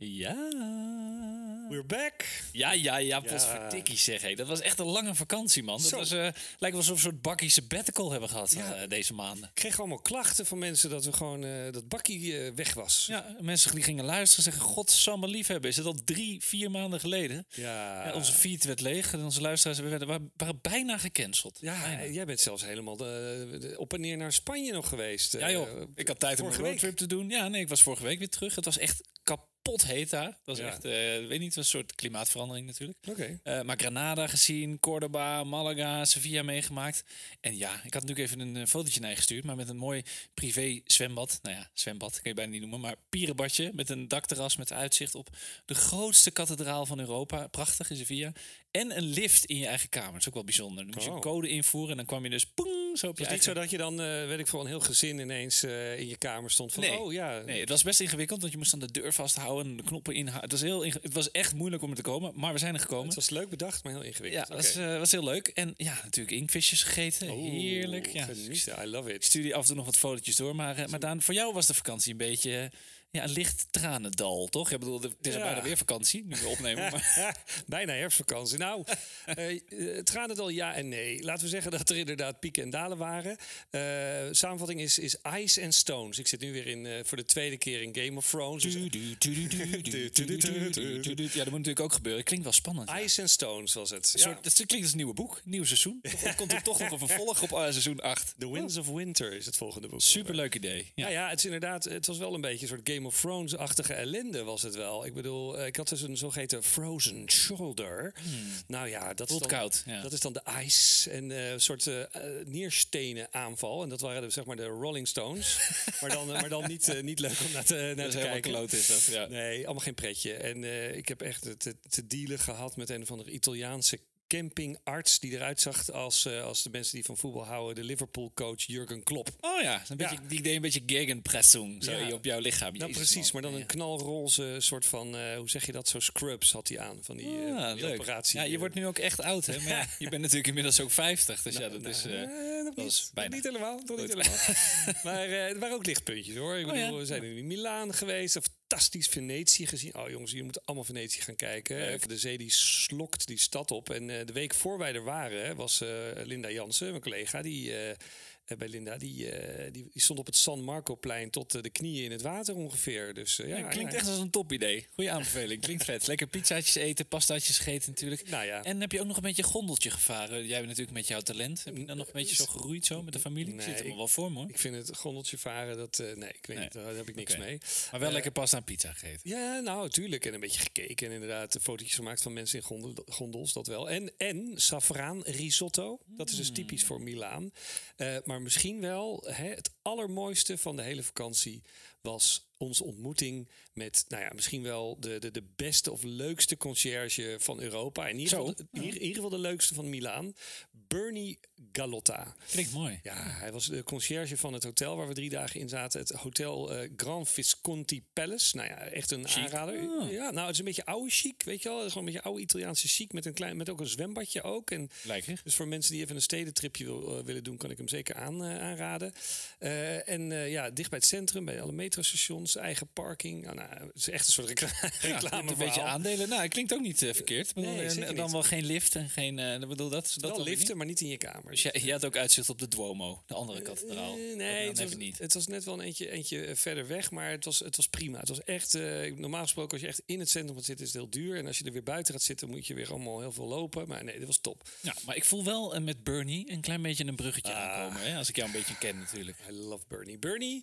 Ja. We're back. Ja, potverdikkie zeg. Hé. Dat was echt een lange vakantie, man. Dat was, lijkt wel alsof we een soort bakkie sabbatical hebben gehad deze maanden. Ik kreeg allemaal klachten van mensen dat we gewoon dat bakkie weg was. Ja, mensen die gingen luisteren zeggen, godsamme liefhebben. Is het al 3-4 maanden geleden? Ja. Onze feed werd leeg en onze luisteraars waren bijna gecanceld. Ja, bijna. Jij bent zelfs helemaal op en neer naar Spanje nog geweest. Ja joh, ik had tijd om een roadtrip te doen. Ja, nee, ik was vorige week weer terug. Het was echt kapot heet daar. Dat was echt, weet niet, een soort klimaatverandering natuurlijk. Oké. Maar Granada gezien, Córdoba, Malaga, Sevilla meegemaakt. En ja, ik had natuurlijk even een fotootje naar je gestuurd, maar met een mooi privé zwembad. Nou ja, zwembad kan je bijna niet noemen, maar pierenbadje met een dakterras met uitzicht op de grootste kathedraal van Europa. Prachtig in Sevilla. En een lift in je eigen kamer. Dat is ook wel bijzonder. Dan moest je een code invoeren en dan kwam je dus poeng, zo op je eigen... niet zo dat je dan, weet ik veel, een heel gezin ineens in je kamer stond van, Nee, het was best ingewikkeld, want je moest dan de deur vasthouden en de knoppen inhouden. Het was echt moeilijk om er te komen, maar we zijn er gekomen. Het was leuk bedacht, maar heel ingewikkeld. Ja, het was heel leuk. En ja, natuurlijk inkvisjes gegeten. Heerlijk. Ja, I love it. Ik stuur die af en toe nog wat fotootjes door. Maar Daan, voor jou was de vakantie een beetje... een licht tranendal, toch? Ik bedoel, het is er bijna weer vakantie, nu we opnemen. Maar... bijna herfstvakantie. Nou, tranendal ja en nee. Laten we zeggen dat er inderdaad pieken en dalen waren. Samenvatting is Ice and Stones. Ik zit nu weer voor de tweede keer in Game of Thrones. Ja, dat moet natuurlijk ook gebeuren. Klinkt wel spannend. Ice and Stones was het. Dat klinkt als een nieuwe boek, nieuw seizoen. Komt er toch nog een vervolg op seizoen 8. The Winds of Winter is het volgende boek. Superleuk idee. Ja, het is inderdaad, het was wel een beetje een soort Game of Thrones-achtige ellende was het wel. Ik bedoel, ik had dus een zogeheten frozen shoulder. Nou ja, dat is dan, koud. Ja. Dat is dan de ice en een soort neerstenen aanval. En dat waren zeg maar de Rolling Stones. maar dan niet leuk om naar te kijken. Kloot is dat. Ja. Nee, allemaal geen pretje. En ik heb echt te dealen gehad met een of andere Italiaanse campingarts die eruit zag als de mensen die van voetbal houden, de Liverpool-coach Jurgen Klopp. Oh ja, die deed een beetje gegenpressing zo op jouw lichaam. Nou, precies, maar dan een knalroze soort van, hoe zeg je dat, zo scrubs had hij aan van die operatie. Ja, je wordt nu ook echt oud, hè? Maar ja, je bent natuurlijk inmiddels ook 50, dus dat is bijna. Niet helemaal. Maar er waren ook lichtpuntjes, hoor. Ik bedoel, we zijn nu in Milaan geweest, fantastisch Venetië gezien. Oh jongens, jullie moeten allemaal Venetië gaan kijken. De zee die slokt die stad op. En de week voor wij er waren was Linda Jansen, mijn collega, bij Linda, die stond op het San Marcoplein tot de knieën in het water ongeveer. Dus, klinkt echt als een topidee. Goeie aanbeveling, klinkt vet. Lekker pizzaatjes eten, pastaatjes gegeten natuurlijk. Nou ja. En heb je ook nog een beetje gondeltje gevaren? Jij bent natuurlijk met jouw talent. Heb je dan nog een beetje zo geroeid zo met de familie? Nee, zit er wel voor, hoor. Ik vind het gondeltje varen, ik weet niet, daar heb ik niks mee. Maar wel lekker pasta en pizza gegeten. Ja, nou, tuurlijk. En een beetje gekeken en inderdaad fotootjes gemaakt van mensen in gondels, dat wel. En saffraan risotto, dat is dus typisch voor Milaan. Maar misschien wel het allermooiste van de hele vakantie was onze ontmoeting met, misschien wel de beste of leukste conciërge van Europa. In ieder geval de leukste van Milaan. Bernie Gallotta. Klinkt mooi. Ja, hij was de conciërge van het hotel waar we 3 dagen in zaten. Het hotel Grand Visconti Palace. Nou ja, echt een aanrader. Ja, nou, het is een beetje oude chic, weet je wel. Het is gewoon een beetje oude Italiaanse chic met ook een zwembadje ook. En dus voor mensen die even een stedentripje willen doen, kan ik hem zeker aanraden. Dicht bij het centrum, bij alle metrostations, eigen parking. Nou, het is echt een soort reclame. Een beetje aandelen. Nou, het klinkt ook niet verkeerd. En dan wel geen lift en geen... dat wel liften, maar niet in je kamer. Dus je had ook uitzicht op de Duomo, de andere kathedraal. Nee, het was net wel een eentje verder weg, maar het was prima. Het was echt, normaal gesproken als je echt in het centrum gaat zitten is het heel duur. En als je er weer buiten gaat zitten moet je weer allemaal heel veel lopen. Maar nee, dat was top. Ja, maar ik voel wel met Bernie een klein beetje een bruggetje aankomen. Hè? Als ik jou een beetje ken natuurlijk. I love Bernie. Bernie,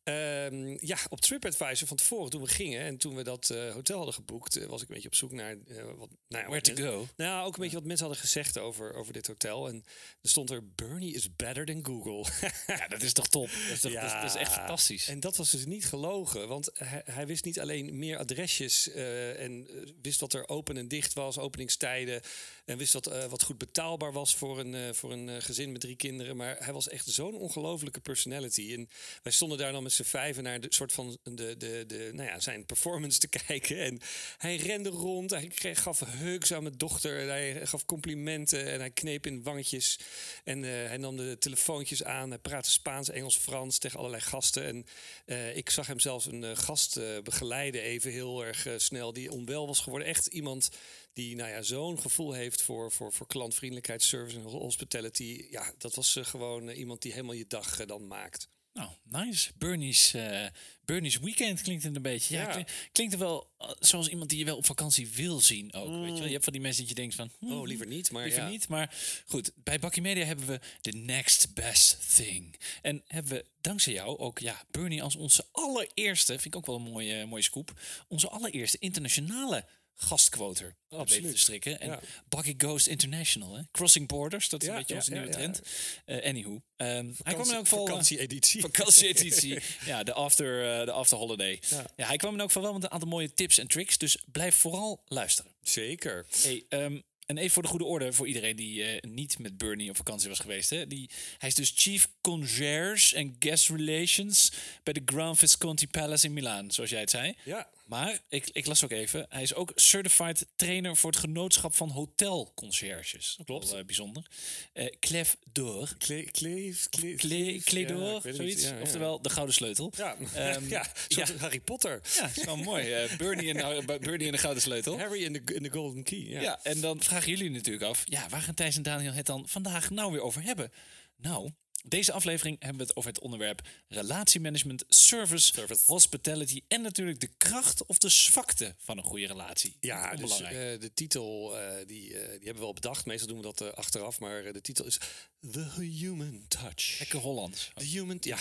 op TripAdvisor van tevoren toen we gingen en toen we dat hotel hadden geboekt, was ik een beetje op zoek naar where to go. Nou, ook een beetje wat mensen hadden gezegd over dit hotel. En er stond er, Bernie is better than Google. Ja, dat is toch top? Dat is echt fantastisch. En dat was dus niet gelogen, want hij wist niet alleen meer adresjes en wist wat er open en dicht was, openingstijden. En wist wat goed betaalbaar was voor een gezin met 3 kinderen. Maar hij was echt zo'n ongelofelijke personality. Hospitality. En wij stonden daar dan met z'n vijven naar de soort van zijn performance te kijken. En hij rende rond, hij gaf hugs aan mijn dochter. En hij gaf complimenten en hij kneep in wangetjes. En hij nam de telefoontjes aan. Hij praatte Spaans, Engels, Frans tegen allerlei gasten. En ik zag hem zelfs een gast begeleiden even heel erg snel. Die onwel was geworden. Echt iemand die zo'n gevoel heeft voor klantvriendelijkheid, service en hospitality. Ja, dat was gewoon iemand die helemaal je dag dan maakt. Nou, nice. Bernie's Weekend klinkt het een beetje. Ja, klinkt er wel zoals iemand die je wel op vakantie wil zien ook. Weet je wel? Je hebt van die mensen dat je denkt van... liever niet. Maar goed, bij Bakkie Media hebben we the next best thing. En hebben we dankzij jou ook Bernie als onze allereerste... vind ik ook wel een mooie scoop. Onze allereerste internationale gastquoter weten te strikken. En Bakkie Ghost International, hè? Crossing Borders, dat is een beetje onze nieuwe trend. Anywho. Hij kwam in elk geval... Vakantieeditie. Ja, de after holiday. Ja, hij kwam in elk geval wel met een aantal mooie tips en tricks. Dus blijf vooral luisteren. Zeker. Hey, en even voor de goede orde, voor iedereen die niet met Bernie op vakantie was geweest. Hè? Hij is dus Chief Concierge en Guest Relations bij de Grand Visconti Palace in Milaan, zoals jij het zei. Ja. Maar, ik las ook even, hij is ook certified trainer voor het genootschap van hotelconcierges. Klopt. Wel, bijzonder. Clef d'Or. Clé d'Or, zoiets. Ja. Oftewel, de Gouden Sleutel. Ja, Harry Potter. Ja, dat is wel mooi. Bernie en de Gouden Sleutel. Harry en de Golden Key. Ja, en dan vragen jullie natuurlijk af, waar gaan Thijs en Daniel het dan vandaag nou weer over hebben? Nou... Deze aflevering hebben we het over het onderwerp relatiemanagement, service, hospitality en natuurlijk de kracht of de zwakte van een goede relatie. Ja, dus de titel die hebben we wel bedacht. Meestal doen we dat achteraf, maar de titel is The Human Touch. Lekker Hollands. The Human, ja.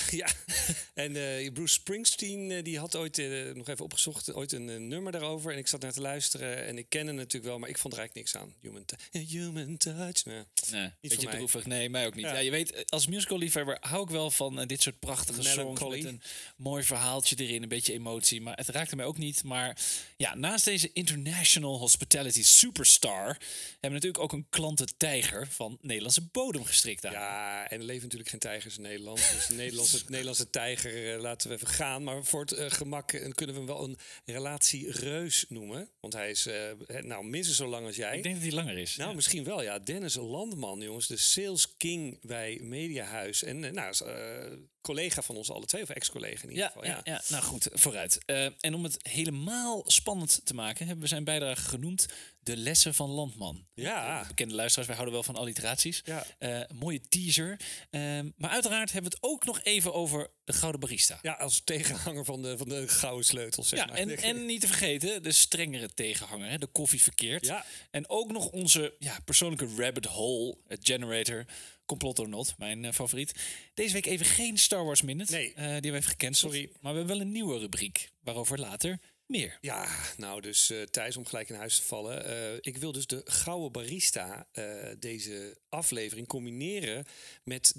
En Bruce Springsteen die had ooit nog even opgezocht, ooit een nummer daarover. En ik zat naar te luisteren en ik ken het natuurlijk wel, maar ik vond er eigenlijk niks aan. Human Touch. Nee, beetje droevig. Nee, mij ook niet. Ja, je weet, als musical-liefhebber hou ik wel van dit soort prachtige songs met een mooi verhaaltje erin, een beetje emotie. Maar het raakte mij ook niet. Maar ja, naast deze international hospitality superstar hebben we natuurlijk ook een klantentijger van Nederlandse bodem gestrikt. Ja, en er leven natuurlijk geen tijgers in Nederland. Dus de Nederlandse tijger laten we even gaan. Maar voor het gemak kunnen we hem wel een relatiereus noemen. Want hij is minstens zo lang als jij. Ik denk dat hij langer is. Nou, misschien wel, ja. Dennis Landman, jongens. De sales king bij Mediahuis. En collega van ons alle twee, of ex-collega in ieder geval. Ja, nou goed, vooruit. En om het helemaal spannend te maken, hebben we zijn bijdrage genoemd De Lessen van Landman. Ja. Bekende luisteraars, wij houden wel van alliteraties. Ja. Mooie teaser. Maar uiteraard hebben we het ook nog even over de Gouden Barista. Ja, als tegenhanger van de Gouden Sleutel, zeg maar. En niet te vergeten, de strengere tegenhanger, hè, de koffie verkeerd. Ja. En ook nog onze persoonlijke rabbit hole generator, Complot or Not, mijn favoriet. Deze week even geen Star Wars Minute. Nee. Die hebben we even gecanceld. Sorry. Maar we hebben wel een nieuwe rubriek, waarover later meer. Ja, nou dus Thijs, om gelijk in huis te vallen. Ik wil dus de Gouden Barista deze aflevering combineren met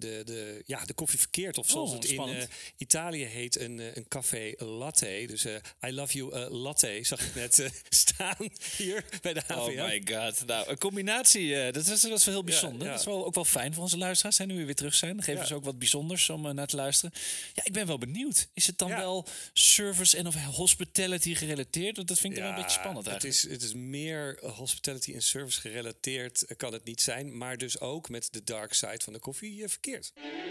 de koffie verkeerd. Of zoals het in Italië heet, een café latte. Dus I love you latte, zag ik net staan hier bij de HVA. Oh my god. Nou, een combinatie, dat is wel heel bijzonder. Ja. Dat is ook wel fijn voor onze luisteraars. Nu we weer terug zijn. Dan geven ze ook wat bijzonders om naar te luisteren. Ja, ik ben wel benieuwd. Is het dan wel service en of hospitality gerelateerd? Want dat vind ik wel een beetje spannend eigenlijk. Het is meer hospitality en service gerelateerd kan het niet zijn. Maar dus ook met de dark side van de koffie verkeerd.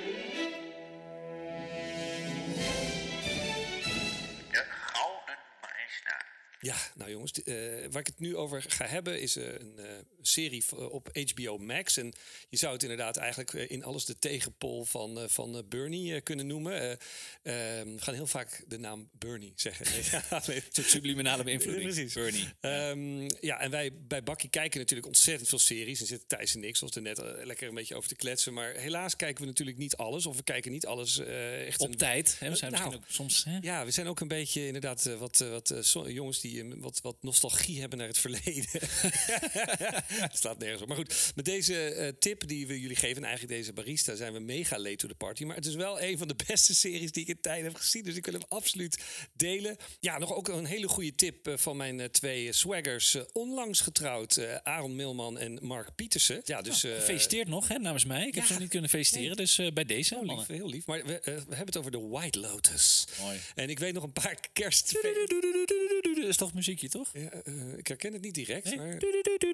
Ja, nou jongens, waar ik het nu over ga hebben is een serie op HBO Max. En je zou het inderdaad eigenlijk in alles de tegenpol van Bernie kunnen noemen. We gaan heel vaak de naam Bernie zeggen. Een soort subliminale beïnvloeding. Precies. Bernie. En wij bij Bakkie kijken natuurlijk ontzettend veel series. En zitten Thijs en ik, zoals er net lekker een beetje over te kletsen. Maar helaas kijken we natuurlijk niet alles. Of we kijken niet alles echt op tijd. Hè? We zijn misschien ook soms... Hè? Ja, we zijn ook een beetje inderdaad wat jongens die die wat nostalgie hebben naar het verleden. Slaat nergens op. Maar goed, met deze tip die we jullie geven... en eigenlijk deze barista zijn we mega late to the party. Maar het is wel een van de beste series die ik in tijden heb gezien. Dus ik wil hem absoluut delen. Ja, nog ook een hele goede tip van mijn twee swaggers. Onlangs getrouwd, Aaron Milman en Mark Pietersen. Ja, dus, gefeliciteerd nog, hè, namens mij. Ik heb ze niet kunnen feliciteren, dus bij deze. Heel lief, heel lief. Maar we hebben het over de White Lotus. Mooi. En ik weet nog een paar kerst... Dat is toch muziekje, toch? Ja, ik herken het niet direct, Nee? maar...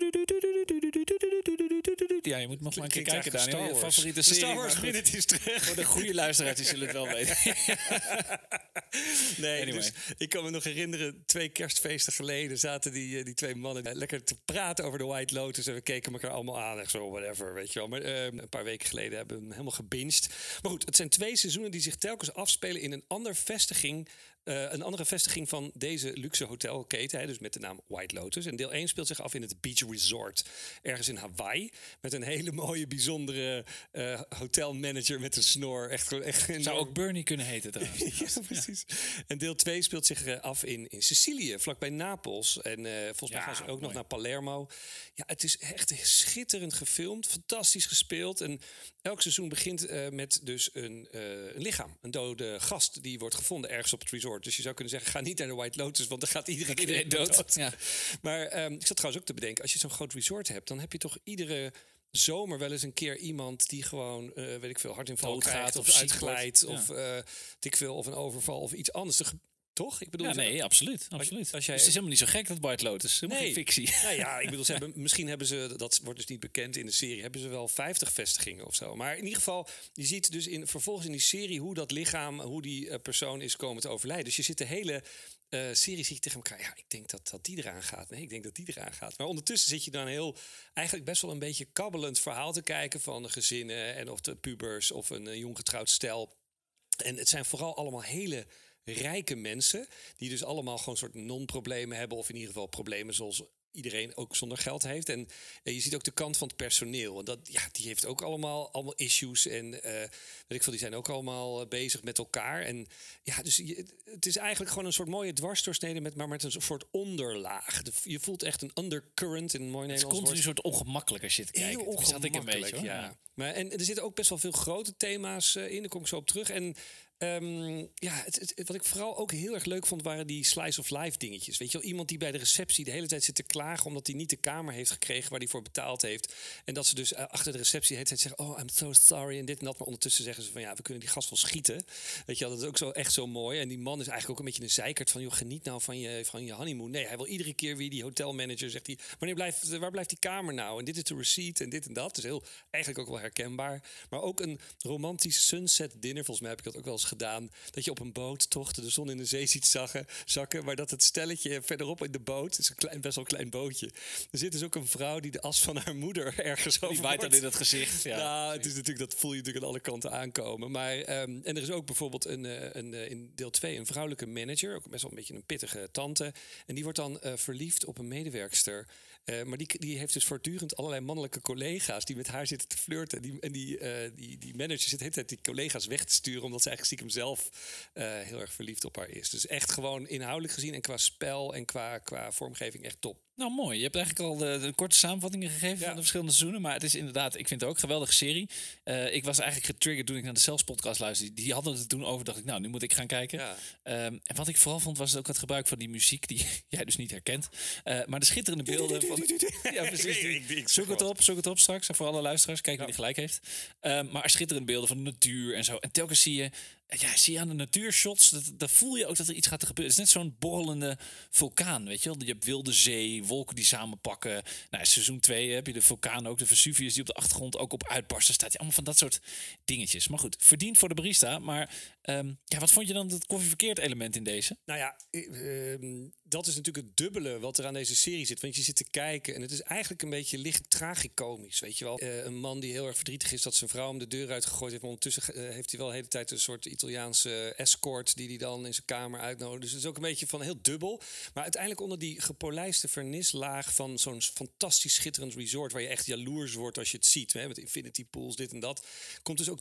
Ja, je moet nog maar een keer Klinkt kijken, eigenlijk Daniel. Je Star Wars. favoriete De serie. Star Wars maar goed, Minute is terug. voor de goede luisteraars, die zullen het wel weten. Nee, Anyway. dus ik kan me nog herinneren, 2 kerstfeesten geleden zaten die twee mannen lekker te praten over de White Lotus. En we keken elkaar allemaal aan. Echt zo, whatever, weet je wel. Maar een paar weken geleden hebben we hem helemaal gebinged. Maar goed, het zijn 2 seizoenen die zich telkens afspelen in een andere vestiging van deze luxe hotelketen. Hè, dus met de naam White Lotus. En deel 1 speelt zich af in het Beach Resort. Ergens in Hawaii. Met een hele mooie, bijzondere hotelmanager met een snor. Echt Zou ook Bernie kunnen heten trouwens. ja, precies. En deel 2 speelt zich af in Sicilië, vlakbij Napels. En volgens mij gaan ze ook nog naar Palermo. Ja, het is echt schitterend gefilmd, fantastisch gespeeld. En elk seizoen begint met dus een lichaam. Een dode gast die wordt gevonden ergens op het resort. Dus je zou kunnen zeggen, ga niet naar de White Lotus, want dan gaat iedereen dood. Ja. Maar ik zat trouwens ook te bedenken, als je zo'n groot resort hebt, dan heb je toch iedere zomer wel eens een keer iemand die gewoon, weet ik veel, hartinfarct Doodgaat krijgt of of ziek uitglijdt wordt. of dik veel of een overval of iets anders. Toch? Ik bedoel, Ja, nee, absoluut. absoluut. als jij- Dus het is helemaal niet zo gek, dat White Lotus. Helemaal geen fictie. Nou ja, ik bedoel, misschien hebben ze, dat wordt dus niet bekend in de serie, hebben ze wel 50 vestigingen of zo. Maar in ieder geval, je ziet dus vervolgens in die serie hoe dat lichaam, hoe die persoon is komen te overlijden. Dus je zit de hele serie zie je tegen elkaar. Ja, ik denk dat die eraan gaat. Nee, ik denk dat die eraan gaat. Maar ondertussen zit je dan eigenlijk best wel een beetje kabbelend verhaal te kijken van gezinnen en of de pubers of een jong getrouwd stel. En het zijn vooral allemaal hele rijke mensen die dus allemaal gewoon soort non-problemen hebben, of in ieder geval problemen zoals iedereen ook zonder geld heeft. En je ziet ook de kant van het personeel. En die heeft ook allemaal issues. En weet ik veel, die zijn ook allemaal bezig met elkaar. En ja, dus het is eigenlijk gewoon een soort mooie dwarsdoorsnede maar met een soort onderlaag. Je voelt echt een undercurrent in een mooi Het is Nederlands continu een woord. soort ongemakkelijk als je het kijkt. Heel Tenminste, had ik een ongemakkelijk, beetje, hoor. ja. Maar, en er zitten ook best wel veel grote thema's in. Daar kom ik zo op terug. En wat ik vooral ook heel erg leuk vond, waren die slice of life dingetjes. Weet je wel, iemand die bij de receptie de hele tijd zit te klagen omdat hij niet de kamer heeft gekregen waar hij voor betaald heeft. En dat ze dus achter de receptie de hele tijd zeggen, oh, I'm so sorry en dit en dat. Maar ondertussen zeggen ze van, ja, we kunnen die gast wel schieten. Weet je wel, dat is ook zo echt zo mooi. En die man is eigenlijk ook een beetje een zeikert van, joh, geniet nou van je honeymoon. Nee, hij wil iedere keer weer die hotelmanager, zegt hij, waar blijft die kamer nou? En dit is de receipt en dit en dat. Dus eigenlijk ook wel herkenbaar. Maar ook een romantisch sunset dinner. Volgens mij heb ik dat ook wel eens gedaan. Dat je op een boot toch de zon in de zee ziet zakken. Maar dat het stelletje verderop in de boot, is best wel een klein bootje. Er zit dus ook een vrouw die de as van haar moeder ergens over Die waait dan in het gezicht. Ja. Nou, het is natuurlijk, dat voel je natuurlijk aan alle kanten aankomen. Maar, en er is ook bijvoorbeeld in deel 2 een vrouwelijke manager. Ook best wel een beetje een pittige tante. En die wordt dan verliefd op een medewerkster. Maar die heeft dus voortdurend allerlei mannelijke collega's die met haar zitten te flirten. Die manager zit de hele tijd die collega's weg te sturen, omdat ze eigenlijk stiekem zelf heel erg verliefd op haar is. Dus echt gewoon inhoudelijk gezien en qua spel en qua vormgeving echt top. Nou, mooi. Je hebt eigenlijk al de korte samenvattingen gegeven van de verschillende seizoenen. Maar het is inderdaad, ik vind het ook een geweldige serie. Ik was eigenlijk getriggerd toen ik naar de Zelfs podcast luisterde. Die hadden het toen over, dacht ik, nou, nu moet ik gaan kijken. Ja. En wat ik vooral vond, was ook het gebruik van die muziek die jij dus niet herkent. Maar de schitterende beelden van... Ja, precies. Zoek het op straks, voor alle luisteraars. Kijk wie die gelijk heeft. Maar schitterende beelden van de natuur en zo. En telkens zie je aan de natuurshots, dat voel je ook dat er iets gaat gebeuren. Het is net zo'n borrelende vulkaan, weet je wel. Je hebt wilde zee, wolken die samenpakken. Nou, seizoen 2 heb je de vulkaan ook, de Vesuvius die op de achtergrond ook op uitbarsten staat. Ja, allemaal van dat soort dingetjes. Maar goed, verdiend voor de barista. Maar wat vond je dan het koffieverkeerd element in deze? Nou ja, dat is natuurlijk het dubbele wat er aan deze serie zit. Want je zit te kijken en het is eigenlijk een beetje licht tragicomisch, weet je wel. Een man die heel erg verdrietig is dat zijn vrouw hem de deur uitgegooid heeft. Maar ondertussen heeft hij wel de hele tijd een soort Italiaanse escort die hij dan in zijn kamer uitnodigt. Dus het is ook een beetje van heel dubbel. Maar uiteindelijk onder die gepolijste vernislaag van zo'n fantastisch schitterend resort waar je echt jaloers wordt als je het ziet. Hè, met infinity pools, dit en dat. Komt dus ook de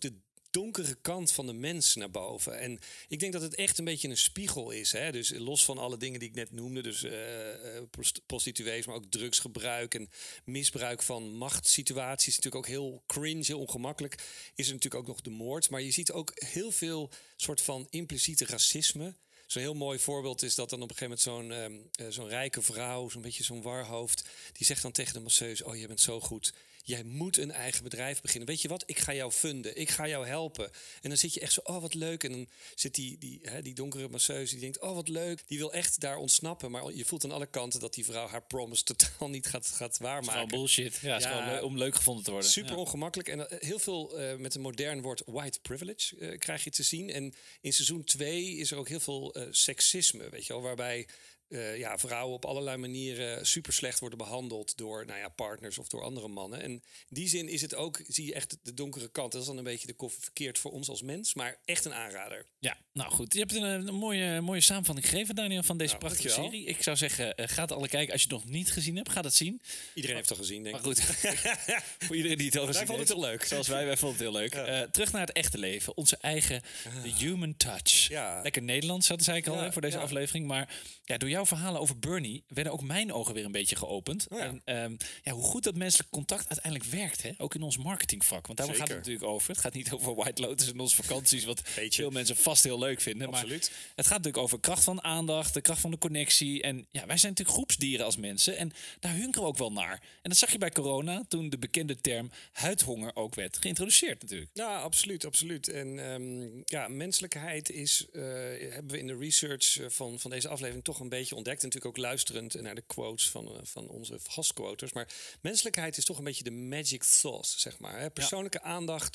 donkere kant van de mens naar boven. En ik denk dat het echt een beetje een spiegel is. Hè? Dus los van alle dingen die ik net noemde, dus prostituees, maar ook drugsgebruik en misbruik van machtssituaties, natuurlijk ook heel cringe, heel ongemakkelijk, is er natuurlijk ook nog de moord. Maar je ziet ook heel veel soort van impliciete racisme. Zo'n heel mooi voorbeeld is dat dan op een gegeven moment zo'n rijke vrouw, zo'n beetje zo'n warhoofd, die zegt dan tegen de masseuse: oh, jij bent zo goed. Jij moet een eigen bedrijf beginnen. Weet je wat? Ik ga jou funden. Ik ga jou helpen. En dan zit je echt zo, oh, wat leuk. En dan zit die donkere masseuse, die denkt, oh, wat leuk. Die wil echt daar ontsnappen. Maar je voelt aan alle kanten dat die vrouw haar promise totaal niet gaat waarmaken. Het is gewoon bullshit. Ja, het is gewoon om leuk gevonden te worden. Super ongemakkelijk. En heel veel met een modern woord white privilege krijg je te zien. En in seizoen 2 is er ook heel veel seksisme, weet je wel. Waarbij vrouwen op allerlei manieren super slecht worden behandeld door partners of door andere mannen. En in die zin is het ook, zie je echt de donkere kant. Dat is dan een beetje de koffie verkeerd voor ons als mens, maar echt een aanrader. Ja, nou goed. Je hebt een mooie samenvatting gegeven, Daniel, van deze prachtige serie. Ik zou zeggen, ga het alle kijken. Als je het nog niet gezien hebt, ga dat zien. Iedereen heeft het al gezien, denk ik. Maar goed, voor iedereen die het al gezien heeft. Wij vonden het heel leuk. Zoals wij vonden het heel leuk. Ja. Terug naar het echte leven. Onze eigen The Human Touch. Ja. Lekker Nederlands, dat zei ik al voor deze aflevering. Maar door jouw verhalen over Bernie werden ook mijn ogen weer een beetje geopend. Oh ja. En hoe goed dat menselijk contact uiteindelijk werkt. Hè? Ook in ons marketingvak. Want daar gaat het natuurlijk over. Het gaat niet over White Lotus en onze vakanties. Wat veel mensen vast heel leuk vinden. Absoluut. Maar het gaat natuurlijk over kracht van aandacht. De kracht van de connectie. En wij zijn natuurlijk groepsdieren als mensen. En daar hunkeren we ook wel naar. En dat zag je bij corona. Toen de bekende term huidhonger ook werd geïntroduceerd natuurlijk. Ja, absoluut. En menselijkheid is, hebben we in de research van deze aflevering toch een beetje ontdekt. En natuurlijk ook luisterend naar de quotes van onze gastquoters. Maar menselijkheid is toch een beetje de magic sauce, zeg maar. Hè? Persoonlijke aandacht,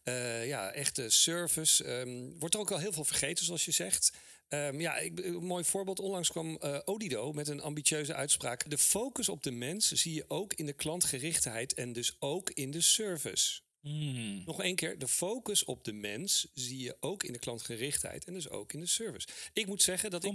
echte service. Wordt er ook al heel veel vergeten, zoals je zegt. Een mooi voorbeeld. Onlangs kwam Odido met een ambitieuze uitspraak. De focus op de mens zie je ook in de klantgerichtheid en dus ook in de service. Nog één keer, de focus op de mens zie je ook in de klantgerichtheid en dus ook in de service. Ik moet zeggen dat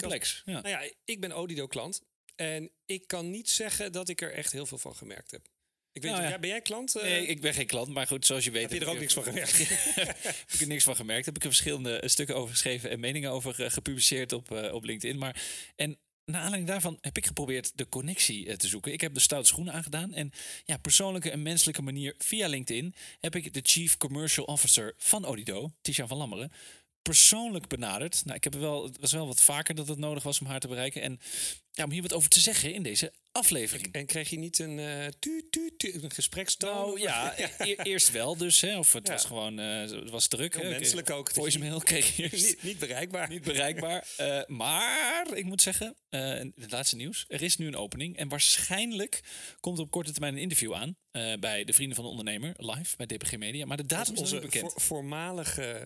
ik ben Odido-klant en ik kan niet zeggen dat ik er echt heel veel van gemerkt heb. Ik weet ben jij klant? Nee, ik ben geen klant, maar goed, zoals je weet... Heb je er ook niks van gemerkt? Heb ik er niks van gemerkt. Heb ik er verschillende stukken over geschreven en meningen over gepubliceerd op LinkedIn. En naar aanleiding daarvan heb ik geprobeerd de connectie te zoeken. Ik heb de stoute schoenen aangedaan. En persoonlijke en menselijke manier via LinkedIn heb ik de Chief Commercial Officer van Odido, Tisha van Lammeren, persoonlijk benaderd. Nou, het was wel wat vaker dat het nodig was om haar te bereiken. En om hier wat over te zeggen in deze aflevering. En kreeg je niet een gesprekstoon? Nou ja, eerst wel dus. Hè, of het was gewoon, het was druk. Heel menselijk ook. Voicemail kreeg je eerst. Niet bereikbaar. Niet bereikbaar. Maar ik moet zeggen, het laatste nieuws. Er is nu een opening. En waarschijnlijk komt er op korte termijn een interview aan. Bij de Vrienden van de Ondernemer, live bij DPG Media. Maar de datum is nog niet bekend. Voormalige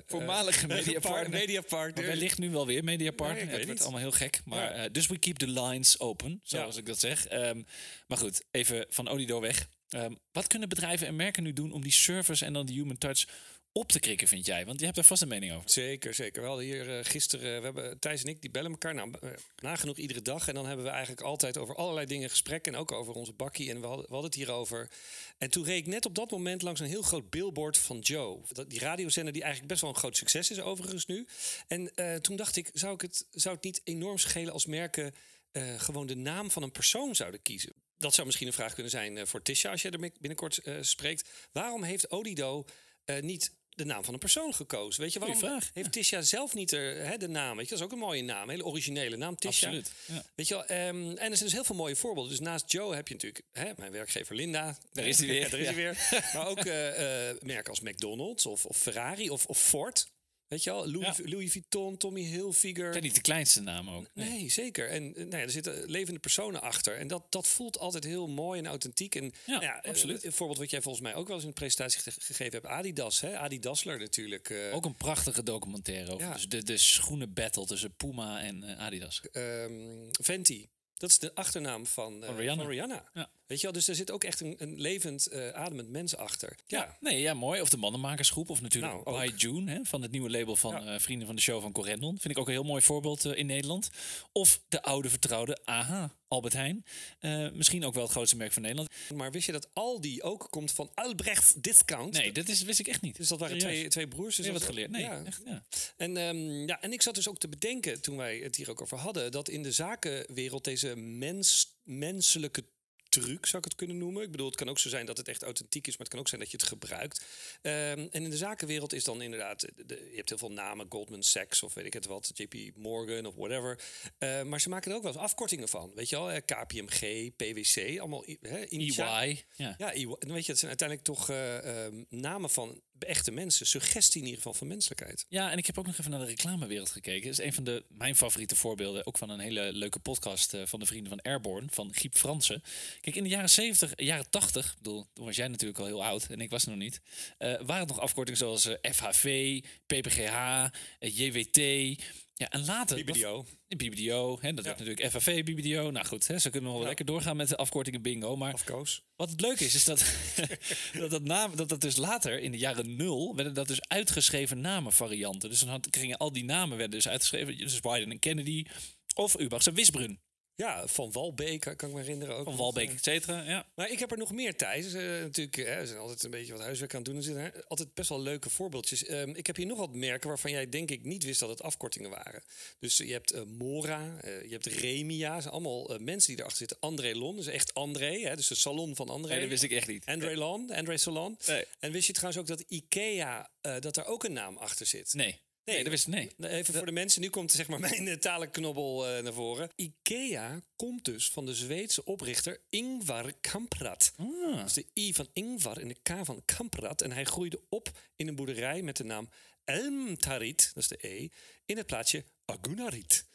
mediapartner. Wellicht nu wel weer mediapartner. Het wordt allemaal heel gek. Maar dus we keep the lines open, zoals ik dat zeg. Maar goed, even van Odido weg. Wat kunnen bedrijven en merken nu doen om die service en dan die human touch op te krikken, vind jij? Want je hebt daar vast een mening over. Zeker. We hadden hier gisteren, we hebben Thijs en ik, die bellen elkaar nagenoeg iedere dag. En dan hebben we eigenlijk altijd over allerlei dingen gesprekken. En ook over onze bakkie. En we hadden het hierover. En toen reed ik net op dat moment langs een heel groot billboard van Joe. Die radiozender die eigenlijk best wel een groot succes is overigens nu. En toen dacht ik, zou het niet enorm schelen als merken gewoon de naam van een persoon zouden kiezen? Dat zou misschien een vraag kunnen zijn voor Tisha als je er binnenkort spreekt. Waarom heeft Odido niet de naam van een persoon gekozen? Weet je, waarom heeft Tisha zelf niet de naam? Weet je, dat is ook een mooie naam, een hele originele naam, Tisha. Absoluut. Ja. Weet je wel, en er zijn dus heel veel mooie voorbeelden. Dus naast Joe heb je natuurlijk mijn werkgever Linda. Daar is hij weer. Daar is hij weer. Maar ook merken als McDonald's of Ferrari of Ford. Weet je wel, Louis Vuitton, Tommy Hilfiger. Dat zijn niet de kleinste namen ook. Nee, zeker. En er zitten levende personen achter. En dat voelt altijd heel mooi en authentiek. En absoluut. Een voorbeeld wat jij volgens mij ook wel eens in de presentatie gegeven hebt. Adidas, hè? Adi Dassler natuurlijk. Ook een prachtige documentaire over. Ja. Dus de schoenen battle tussen Puma en Adidas. Fenty. Dat is de achternaam van Rihanna. Ja. Weet je wel, dus daar zit ook echt een levend, ademend mens achter. Ja, mooi. Of de Mannenmakersgroep. Of natuurlijk Nou, By June, hè, van het nieuwe label van vrienden van de show van Corendon. Vind ik ook een heel mooi voorbeeld in Nederland. Of de oude vertrouwde AHA, Albert Heijn. Misschien ook wel het grootste merk van Nederland. Maar wist je dat Aldi ook komt van Albrecht Discount? Nee, wist ik echt niet. Dus dat waren twee broers. Dus Heb je dat wat geleerd? Nee, ja. echt, ja. En ik zat dus ook te bedenken, toen wij het hier ook over hadden, dat in de zakenwereld deze menselijke truc, zou ik het kunnen noemen. Ik bedoel, het kan ook zo zijn dat het echt authentiek is, maar het kan ook zijn dat je het gebruikt. En in de zakenwereld is dan inderdaad, je hebt heel veel namen, Goldman Sachs of weet ik het wat, JP Morgan of whatever. Maar ze maken er ook wel eens afkortingen van. Weet je wel, KPMG, PwC, allemaal EY. Ja, EY. En weet je, het zijn uiteindelijk toch namen van echte mensen. Suggestie in ieder geval van menselijkheid. Ja, en ik heb ook nog even naar de reclamewereld gekeken. Dat is een van mijn favoriete voorbeelden. Ook van een hele leuke podcast van de vrienden van Airborne, van Giep Fransen. Kijk, in de jaren 70, jaren 80, ik bedoel, toen was jij natuurlijk al heel oud en ik was er nog niet. Waren het nog afkortingen zoals FHV, PPGH, JWT. Ja, en later... BBDO, hè, dat werd natuurlijk FHV, BBDO. Nou goed, hè, zo kunnen we wel lekker doorgaan met de afkortingen bingo. Maar wat het leuke is dat dat dus later, in de jaren 0, werden dat dus uitgeschreven namenvarianten. Dus dan gingen al die namen werden dus uitgeschreven. Dus Biden en Kennedy of Ubachs en Wisbrun. Ja, Van Walbeek, kan ik me herinneren ook. Van Walbeek, et cetera, ja. Maar ik heb er nog meer, Thijs. Natuurlijk, we zijn altijd een beetje wat huiswerk aan het doen. Er zitten altijd best wel leuke voorbeeldjes. Ik heb hier nog wat merken waarvan jij denk ik niet wist dat het afkortingen waren. Dus je hebt Mora, je hebt Remia. Dat zijn allemaal mensen die erachter zitten. André Lon, dus echt André. Hè, dus de salon van André. Nee, dat wist ik echt niet. André Salon. Nee. En wist je trouwens ook dat Ikea, dat daar ook een naam achter zit? Nee, dat wist ik niet. Even voor de mensen, nu komt zeg maar mijn talenknobbel naar voren. Ikea komt dus van de Zweedse oprichter Ingvar Kamprad. Dus de I van Ingvar en de K van Kamprad. En hij groeide op in een boerderij met de naam Elmtarit, dat is de E, in het plaatsje Agunarit.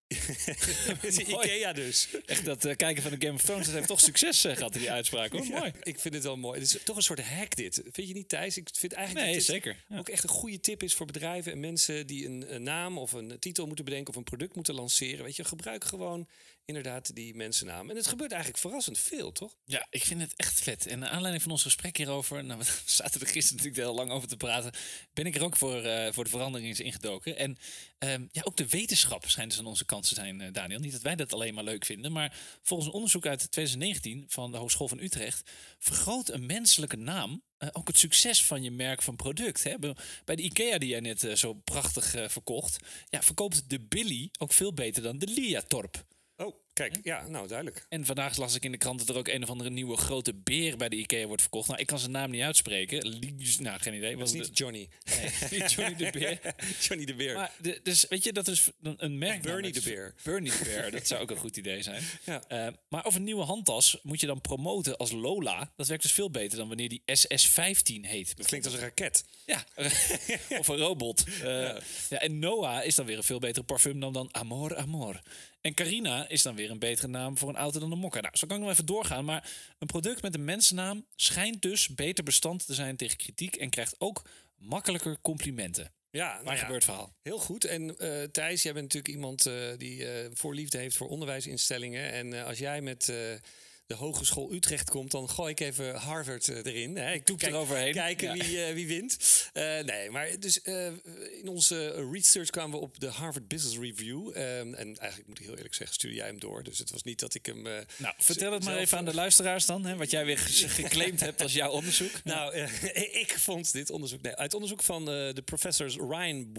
Ikea dus. Echt dat kijken van de Game of Thrones, dat heeft toch succes gehad in die uitspraak. Hoor. Mooi. Ik vind het wel mooi. Het is toch een soort hack dit. Vind je niet, Thijs? Ik vind eigenlijk dat dit zeker. Ja. Ook echt een goede tip is voor bedrijven en mensen die een naam of een titel moeten bedenken of een product moeten lanceren. Weet je, gebruik gewoon inderdaad die mensennaam. En het gebeurt eigenlijk verrassend veel, toch? Ja, ik vind het echt vet. En naar aanleiding van ons gesprek hierover, nou, we zaten er gisteren natuurlijk heel lang over te praten, ben ik er ook voor de verandering eens ingedoken. En ook de wetenschap schijnt dus aan onze kant te zijn, Daniel. Niet dat wij dat alleen maar leuk vinden, maar volgens een onderzoek uit 2019 van de Hogeschool van Utrecht vergroot een menselijke naam ook het succes van je merk van product. Hè? Bij de IKEA die jij net zo prachtig verkocht, verkoopt de Billy ook veel beter dan de Liatorp. Oh, kijk, ja, nou duidelijk. En vandaag las ik in de krant dat er ook een of andere nieuwe grote beer bij de IKEA wordt verkocht. Nou, ik kan zijn naam niet uitspreken. Nou, geen idee. Dat is niet Johnny. Nee, niet Johnny de Beer. Johnny de Beer. Maar dus weet je, dat is een merk. Bernie de Beer. Bernie de Beer, dat zou ook een goed idee zijn. Ja. Maar of een nieuwe handtas moet je dan promoten als Lola. Dat werkt dus veel beter dan wanneer die SS15 heet. Dat klinkt als een raket. Ja, of een robot. En Noah is dan weer een veel betere parfum dan Amor Amor. En Carina is dan weer een betere naam voor een auto dan een Mokka. Nou, zo kan ik nog even doorgaan. Maar een product met een mensennaam schijnt dus beter bestand te zijn tegen kritiek en krijgt ook makkelijker complimenten. Ja, Waar gebeurt het verhaal? Heel goed. En Thijs, jij bent natuurlijk iemand die voorliefde heeft voor onderwijsinstellingen. En als jij met de Hogeschool Utrecht komt, dan gooi ik even Harvard erin. Hè. Ik toep eroverheen. Kijken wie wint. Nee, maar dus in onze research kwamen we op de Harvard Business Review. En eigenlijk moet ik heel eerlijk zeggen, stuurde jij hem door. Dus het was niet dat ik hem... nou, vertel het maar even aan de luisteraars dan. Hè, wat jij weer geclaimd hebt als jouw onderzoek. Nou, ik vond dit onderzoek... Nee, uit onderzoek van de professors Ryan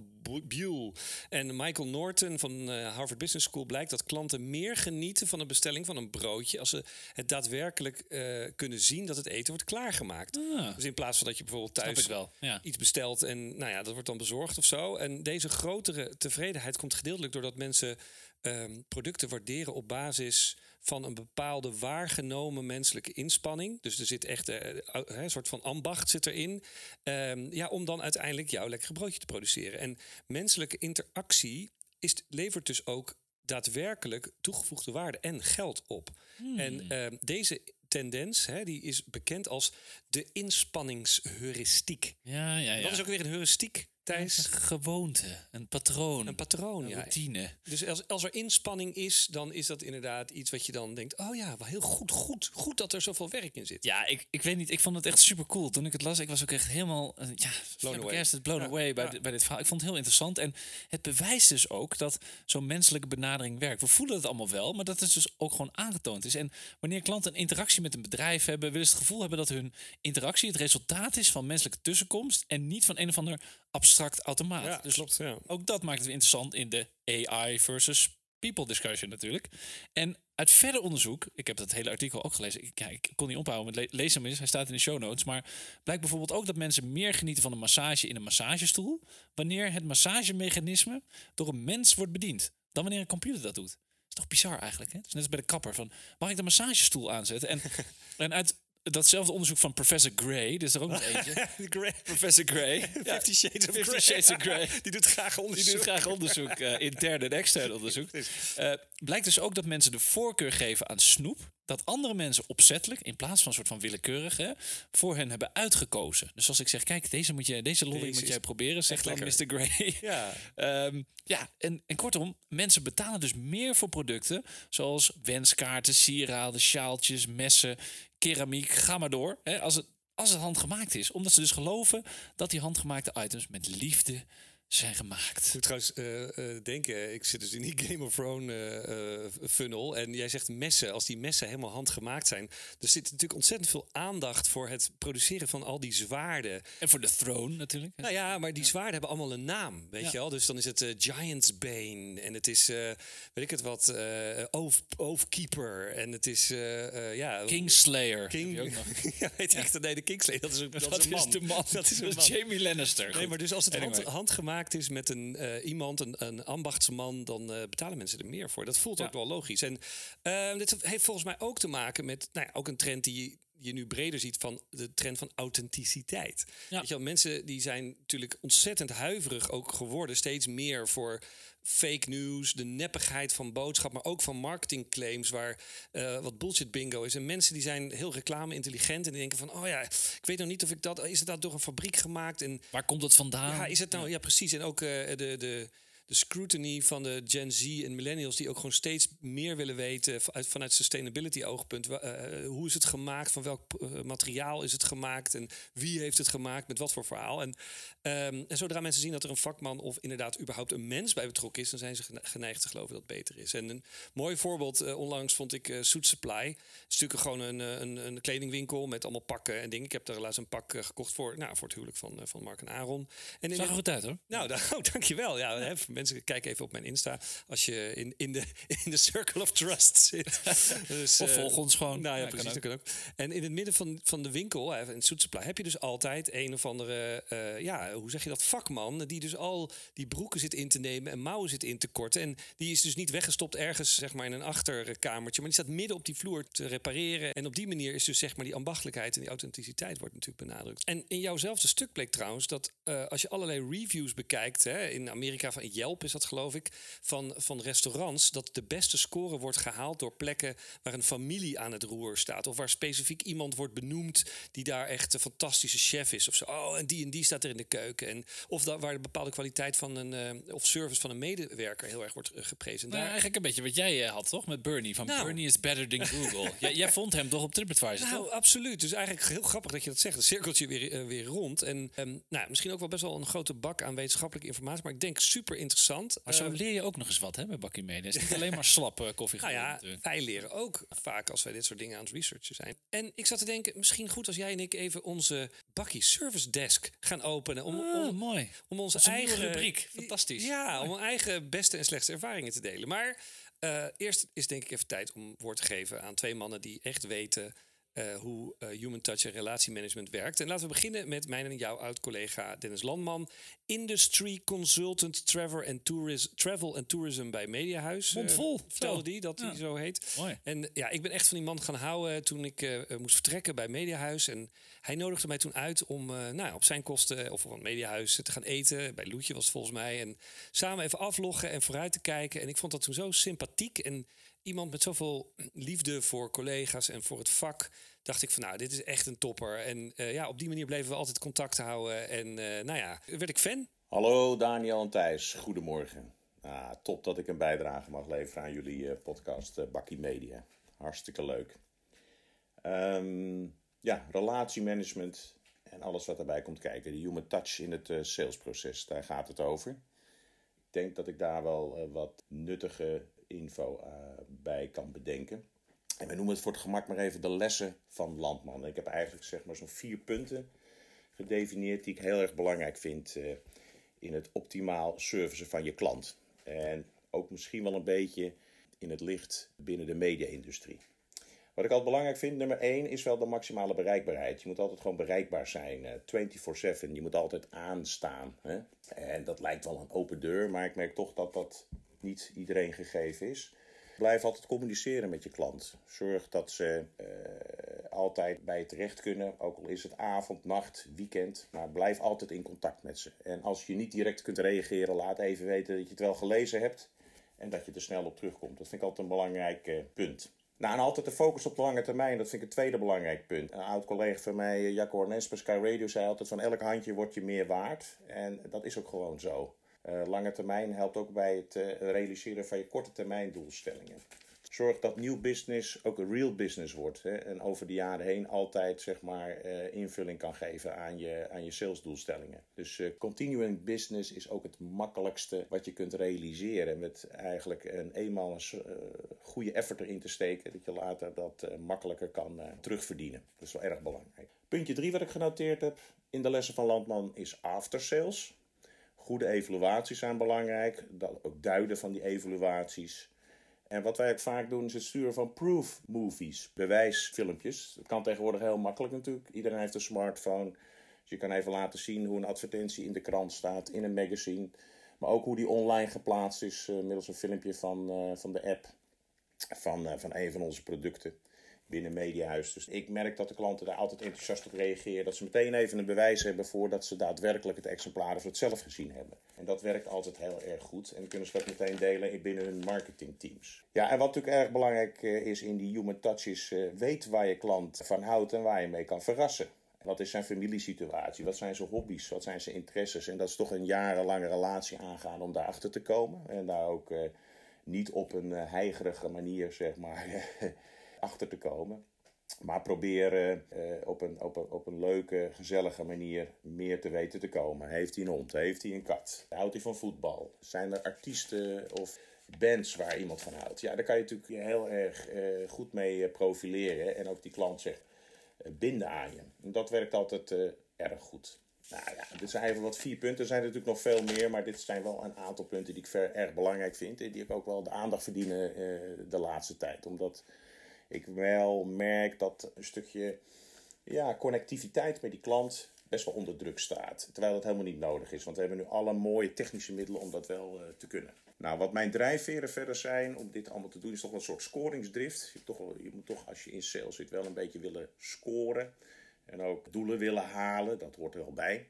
Buell en Michael Norton van Harvard Business School blijkt dat klanten meer genieten van een bestelling van een broodje als ze het daadwerkelijk kunnen zien dat het eten wordt klaargemaakt. Dus in plaats van dat je bijvoorbeeld thuis iets bestelt en dat wordt dan bezorgd of zo. En deze grotere tevredenheid komt gedeeltelijk doordat mensen producten waarderen op basis van een bepaalde waargenomen menselijke inspanning. Dus er zit echt een soort van ambacht zit erin. Om dan uiteindelijk jouw lekkere broodje te produceren. En menselijke interactie levert dus ook daadwerkelijk toegevoegde waarde en geld op. En deze tendens, die is bekend als de inspanningsheuristiek. Ja. Dat is ook weer een heuristiek, Thijs? Een gewoonte, een patroon. Een patroon, een ja. routine. Dus als er inspanning is, dan is dat inderdaad iets wat je dan denkt... oh ja, wel heel goed dat er zoveel werk in zit. Ja, ik weet niet. Ik vond het echt super cool. Toen ik het las, ik was ook echt helemaal blown away bij dit verhaal. Ik vond het heel interessant. En het bewijst dus ook dat zo'n menselijke benadering werkt. We voelen het allemaal wel, maar dat het dus ook gewoon aangetoond is. En wanneer klanten een interactie met een bedrijf hebben, willen ze het gevoel hebben dat hun interactie het resultaat is van menselijke tussenkomst en niet van een of ander abstract automaat. Ja, dus klopt, ja. ook dat maakt het weer interessant in de AI versus people discussion natuurlijk. En uit verder onderzoek, ik heb dat hele artikel ook gelezen. Ik kon niet ophouden met lees hem eens. Hij staat in de show notes. Maar blijkt bijvoorbeeld ook dat mensen meer genieten van een massage in een massagestoel wanneer het massagemechanisme door een mens wordt bediend dan wanneer een computer dat doet. Is toch bizar eigenlijk, hè? Het is net als bij de kapper van, mag ik de massagestoel aanzetten? En uit datzelfde onderzoek van Professor Gray, dus er ook nog eentje. Professor Gray. 50 Shades of Grey. Die doet graag onderzoek. Intern en extern onderzoek. Blijkt dus ook dat mensen de voorkeur geven aan snoep dat andere mensen opzettelijk, in plaats van een soort van willekeurig, voor hen hebben uitgekozen. Dus als ik zeg, kijk, deze lolly moet jij proberen, zegt dan Mr. Gray. Ja. En kortom, mensen betalen dus meer voor producten zoals wenskaarten, sieraden, sjaaltjes, messen, keramiek, ga maar door. Als het handgemaakt is. Omdat ze dus geloven dat die handgemaakte items met liefde zijn gemaakt. Ik moet trouwens denken, ik zit dus in die Game of Thrones funnel. En jij zegt messen. Als die messen helemaal handgemaakt zijn, er zit natuurlijk ontzettend veel aandacht voor het produceren van al die zwaarden. En voor de throne natuurlijk. Nou ja, maar die zwaarden hebben allemaal een naam, weet je wel. Dus dan is het Giant's Bane en het is, weet ik het wat, Oathkeeper en het is, Kingslayer. Ja, weet ik het? Nee, de Kingslayer, dat is een man. Dat is Jamie Lannister. Nee, maar dus als het handgemaakt is met iemand, een ambachtsman, dan betalen mensen er meer voor. Dat voelt ook wel logisch. En dit heeft volgens mij ook te maken met ook een trend die je nu breder ziet van de trend van authenticiteit. Ja. Weet je wel, mensen die zijn natuurlijk ontzettend huiverig ook geworden, steeds meer voor fake news, de neppigheid van boodschap, maar ook van marketingclaims waar wat bullshit bingo is. En mensen die zijn heel reclame-intelligent en die denken van, oh ja, ik weet nog niet of is het dat door een fabriek gemaakt? En waar komt het vandaan? Ja, is het nou? Ja, precies. En ook de scrutiny van de Gen Z en millennials die ook gewoon steeds meer willen weten vanuit sustainability oogpunt. Hoe is het gemaakt? Van welk materiaal is het gemaakt? En wie heeft het gemaakt? Met wat voor verhaal? En zodra mensen zien dat er een vakman of inderdaad überhaupt een mens bij betrokken is, dan zijn ze geneigd te geloven dat het beter is. En een mooi voorbeeld onlangs vond ik Suit Supply. Het is natuurlijk gewoon een kledingwinkel met allemaal pakken en dingen. Ik heb daar laatst een pak gekocht voor het huwelijk van Mark en Aaron. En zag er goed uit, hoor. Nou, dankjewel. Ja, mensen, kijk even op mijn Insta als je in de circle of trust zit. Dus, of volg ons gewoon. Nou ja, precies, dat kan ook. En in het midden van de winkel, in Suit Supply, heb je dus altijd een of andere, hoe zeg je dat, vakman, die dus al die broeken zit in te nemen en mouwen zit in te korten. En die is dus niet weggestopt ergens, zeg maar, in een achterkamertje, maar die staat midden op die vloer te repareren. En op die manier is dus, zeg maar, die ambachtelijkheid en die authenticiteit wordt natuurlijk benadrukt. En in jouwzelfde stuk bleek trouwens dat als je allerlei reviews bekijkt, in Amerika van Yelp is dat, geloof ik, van restaurants, dat de beste score wordt gehaald door plekken waar een familie aan het roer staat. Of waar specifiek iemand wordt benoemd die daar echt een fantastische chef is. Of zo. Oh, en die staat er in de keuken. En of waar de bepaalde kwaliteit van of service van een medewerker heel erg wordt geprezen. Nou, eigenlijk een beetje wat jij had, toch? Met Bernie. Van Bernie is better than Google. jij vond hem toch op TripAdvisor, toch? Nou, absoluut. Dus eigenlijk heel grappig dat je dat zegt. Een cirkeltje weer rond. En misschien ook wel best wel een grote bak aan wetenschappelijke informatie. Maar ik denk super interessant. Maar zo leer je ook nog eens wat, hè, bij Bakkie Media. Het is niet alleen maar slap koffie. Nou ja, wij leren ook vaak als wij dit soort dingen aan het researchen zijn. En ik zat te denken, misschien goed als jij en ik even onze Bakkie Service Desk gaan openen. Mooi. Om onze eigen rubriek. Fantastisch. Ja, om een eigen beste en slechtste ervaringen te delen. Maar eerst is denk ik even tijd om woord te geven aan twee mannen die echt weten hoe human touch en relatiemanagement werkt. En laten we beginnen met mijn en jouw oud-collega Dennis Landman, Industry Consultant Travel and Tourism bij Mediahuis. Mondvol. Vertelde die dat hij zo heet. Mooi. En ja, ik ben echt van die man gaan houden toen ik moest vertrekken bij Mediahuis. En hij nodigde mij toen uit om op zijn kosten of van Mediahuis te gaan eten. Bij Loetje was het volgens mij. En samen even afloggen en vooruit te kijken. En ik vond dat toen zo sympathiek. En iemand met zoveel liefde voor collega's en voor het vak, dacht ik van dit is echt een topper. En op die manier bleven we altijd contact houden. En werd ik fan. Hallo Daniel en Thijs, goedemorgen. Top dat ik een bijdrage mag leveren aan jullie podcast Bakkie Media. Hartstikke leuk. Relatiemanagement en alles wat daarbij komt kijken. De human touch in het salesproces, daar gaat het over. Ik denk dat ik daar wel wat nuttige info bij kan bedenken. En we noemen het voor het gemak maar even de lessen van Landman. Ik heb eigenlijk zeg maar zo'n 4 punten gedefinieerd die ik heel erg belangrijk vind in het optimaal servicen van je klant. En ook misschien wel een beetje in het licht binnen de media-industrie. Wat ik altijd belangrijk vind, nummer 1, is wel de maximale bereikbaarheid. Je moet altijd gewoon bereikbaar zijn, 24/7. Je moet altijd aanstaan. Hè? En dat lijkt wel een open deur, maar ik merk toch dat dat niet iedereen gegeven is. Blijf altijd communiceren met je klant. Zorg dat ze altijd bij je terecht kunnen. Ook al is het avond, nacht, weekend. Maar blijf altijd in contact met ze. En als je niet direct kunt reageren, laat even weten dat je het wel gelezen hebt. En dat je er snel op terugkomt. Dat vind ik altijd een belangrijk punt. Nou, en altijd de focus op de lange termijn. Dat vind ik het tweede belangrijk punt. Een oud collega van mij, Jacco Ornes bij Sky Radio, zei altijd van elk handje wordt je meer waard. En dat is ook gewoon zo. Lange termijn helpt ook bij het realiseren van je korte termijn doelstellingen. Zorg dat nieuw business ook een real business wordt. Hè, en over de jaren heen altijd zeg maar, invulling kan geven aan je salesdoelstellingen. Dus continuing business is ook het makkelijkste wat je kunt realiseren. Met eigenlijk eenmaal een goede effort erin te steken. Dat je later dat makkelijker kan terugverdienen. Dat is wel erg belangrijk. Puntje 3 wat ik genoteerd heb in de lessen van Landman is after sales. Goede evaluaties zijn belangrijk. Dat ook duiden van die evaluaties. En wat wij ook vaak doen is het sturen van proof movies, bewijsfilmpjes. Dat kan tegenwoordig heel makkelijk natuurlijk. Iedereen heeft een smartphone. Dus je kan even laten zien hoe een advertentie in de krant staat, in een magazine. Maar ook hoe die online geplaatst is middels een filmpje van de app van een van onze producten binnen Mediahuis. Dus ik merk dat de klanten daar altijd enthousiast op reageren. Dat ze meteen even een bewijs hebben voordat ze daadwerkelijk het exemplaar of het zelf gezien hebben. En dat werkt altijd heel erg goed. En dan kunnen ze dat meteen delen binnen hun marketingteams. Ja, en wat natuurlijk erg belangrijk is in die human touch is weet waar je klant van houdt en waar je mee kan verrassen. Wat is zijn familiesituatie? Wat zijn zijn hobby's? Wat zijn zijn interesses? En dat is toch een jarenlange relatie aangaan om daarachter te komen. En daar ook niet op een heigerige manier, zeg maar, achter te komen. Maar proberen op een leuke, gezellige manier meer te weten te komen. Heeft hij een hond? Heeft hij een kat? Houdt hij van voetbal? Zijn er artiesten of bands waar iemand van houdt? Ja, daar kan je natuurlijk heel erg goed mee profileren. En ook die klant zich binden aan je. En dat werkt altijd erg goed. Nou ja, dit zijn even wat 4 punten. Er zijn natuurlijk nog veel meer, maar dit zijn wel een aantal punten die ik erg belangrijk vind. En die ik ook wel de aandacht verdienen de laatste tijd. Omdat ik wel merk dat een stukje connectiviteit met die klant best wel onder druk staat. Terwijl dat helemaal niet nodig is. Want we hebben nu alle mooie technische middelen om dat wel te kunnen. Nou, wat mijn drijfveren verder zijn om dit allemaal te doen, is toch wel een soort scoringsdrift. Je moet toch, als je in sales zit, wel een beetje willen scoren. En ook doelen willen halen. Dat hoort er wel bij.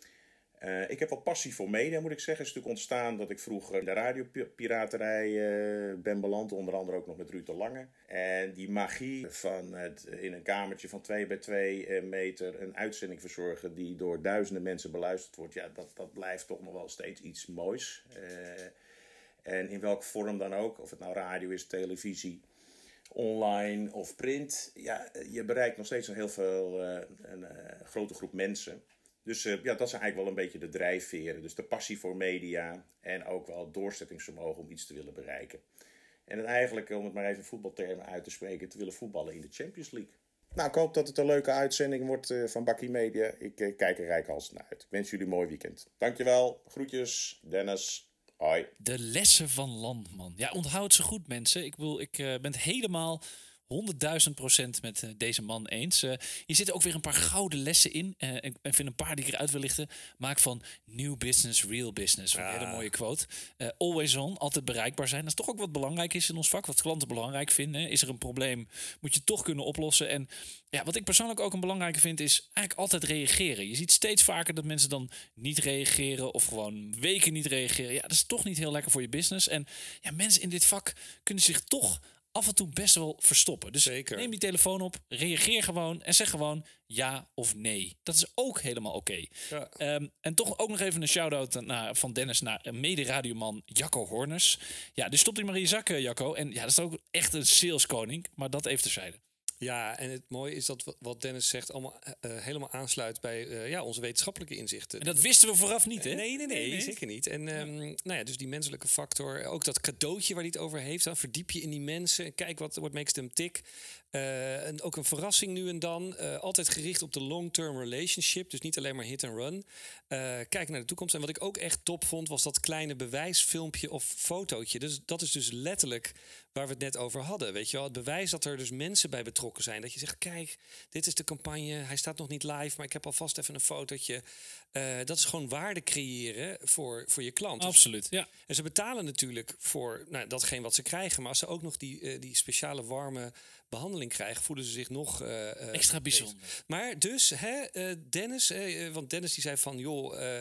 Ik heb wel passie voor media, moet ik zeggen. Het is natuurlijk ontstaan dat ik vroeger in de radiopiraterij ben beland. Onder andere ook nog met Ruud de Lange. En die magie van het in een kamertje van 2 bij 2 meter een uitzending verzorgen die door duizenden mensen beluisterd wordt. Ja, dat blijft toch nog wel steeds iets moois. En in welke vorm dan ook. Of het nou radio is, televisie, online of print. Ja, je bereikt nog steeds een grote groep mensen. Dus dat zijn eigenlijk wel een beetje de drijfveren. Dus de passie voor media en ook wel het doorzettingsvermogen om iets te willen bereiken. En het eigenlijk, om het maar even voetbaltermen uit te spreken, te willen voetballen in de Champions League. Nou, ik hoop dat het een leuke uitzending wordt van Bakkie Media. Ik kijk er reikhalsend naar uit. Ik wens jullie een mooi weekend. Dankjewel. Groetjes. Dennis. Hoi. De lessen van Landman. Ja, onthoud ze goed, mensen. Ik ben het helemaal 100.000% met deze man eens. Hier zitten ook weer een paar gouden lessen in. Ik vind een paar die ik eruit wil lichten. Maak van new business real business. Een hele mooie quote. Always on, altijd bereikbaar zijn. Dat is toch ook wat belangrijk is in ons vak. Wat klanten belangrijk vinden. Is er een probleem, moet je het toch kunnen oplossen. En ja, wat ik persoonlijk ook een belangrijke vind, is eigenlijk altijd reageren. Je ziet steeds vaker dat mensen dan niet reageren of gewoon weken niet reageren. Ja, dat is toch niet heel lekker voor je business. En ja, mensen in dit vak kunnen zich toch af en toe best wel verstoppen. Dus Zeker. neem die telefoon op, reageer gewoon en zeg gewoon ja of nee. Dat is ook helemaal oké. Ja. En toch ook nog even een shout-out van Dennis naar mede-radioman Jacco Horners. Ja, dus stop die maar in je zak, Jacco. En ja, dat is ook echt een saleskoning, maar dat even terzijde. Ja, en het mooie is dat wat Dennis zegt allemaal helemaal aansluit bij onze wetenschappelijke inzichten. En dat wisten we vooraf niet, hè? Nee, zeker niet. En nou ja, dus die menselijke factor, ook dat cadeautje waar hij het over heeft, dan verdiep je in die mensen, kijk what makes them tick. En ook een verrassing nu en dan. Altijd gericht op de long-term relationship. Dus niet alleen maar hit and run. Kijk naar de toekomst. En wat ik ook echt top vond, was dat kleine bewijsfilmpje of fotootje. Dus dat is dus letterlijk waar we het net over hadden. Weet je wel, het bewijs dat er dus mensen bij betrokken zijn. Dat je zegt, kijk, dit is de campagne. Hij staat nog niet live, maar ik heb alvast even een fotootje. Dat is gewoon waarde creëren voor je klant. Absoluut, ja. En ze betalen natuurlijk voor datgene wat ze krijgen. Maar als ze ook nog die speciale warme behandeling krijgen, voelen ze zich nog extra bijzonder. Maar dus, Dennis, want Dennis die zei van, joh,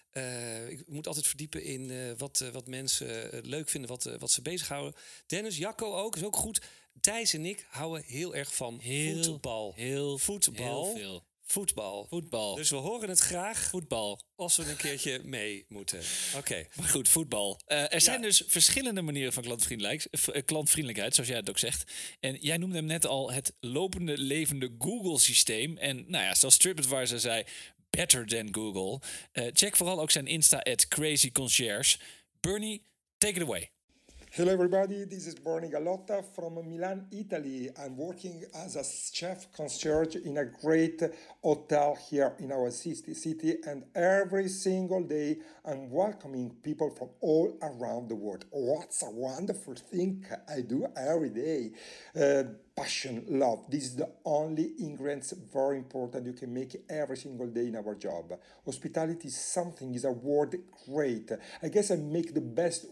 ik moet altijd verdiepen in wat mensen leuk vinden, wat ze bezighouden. Dennis, Jacco ook, is ook goed. Thijs en ik houden heel erg van voetbal. Heel voetbal. veel. Voetbal. Dus we horen het graag. Voetbal. Als we een keertje mee moeten. Oké. Maar goed, voetbal. Er zijn dus verschillende manieren van klantvriendelijkheid, zoals jij het ook zegt. En jij noemde hem net al het lopende, levende Google-systeem. En nou ja, zoals TripAdvisor zei, better than Google. Check vooral ook zijn Insta @crazyconcierge. Bernie, take it away. Hello everybody, this is Bernie Gallotta from Milan, Italy. I'm working as a chef concierge in a great hotel here in our city, and every single day I'm welcoming people from all around the world. What's a wonderful thing I do every day. Passion, love. This is the only ingredients very important you can make every single day in our job. Hospitality is something, is a word great. I guess I make the best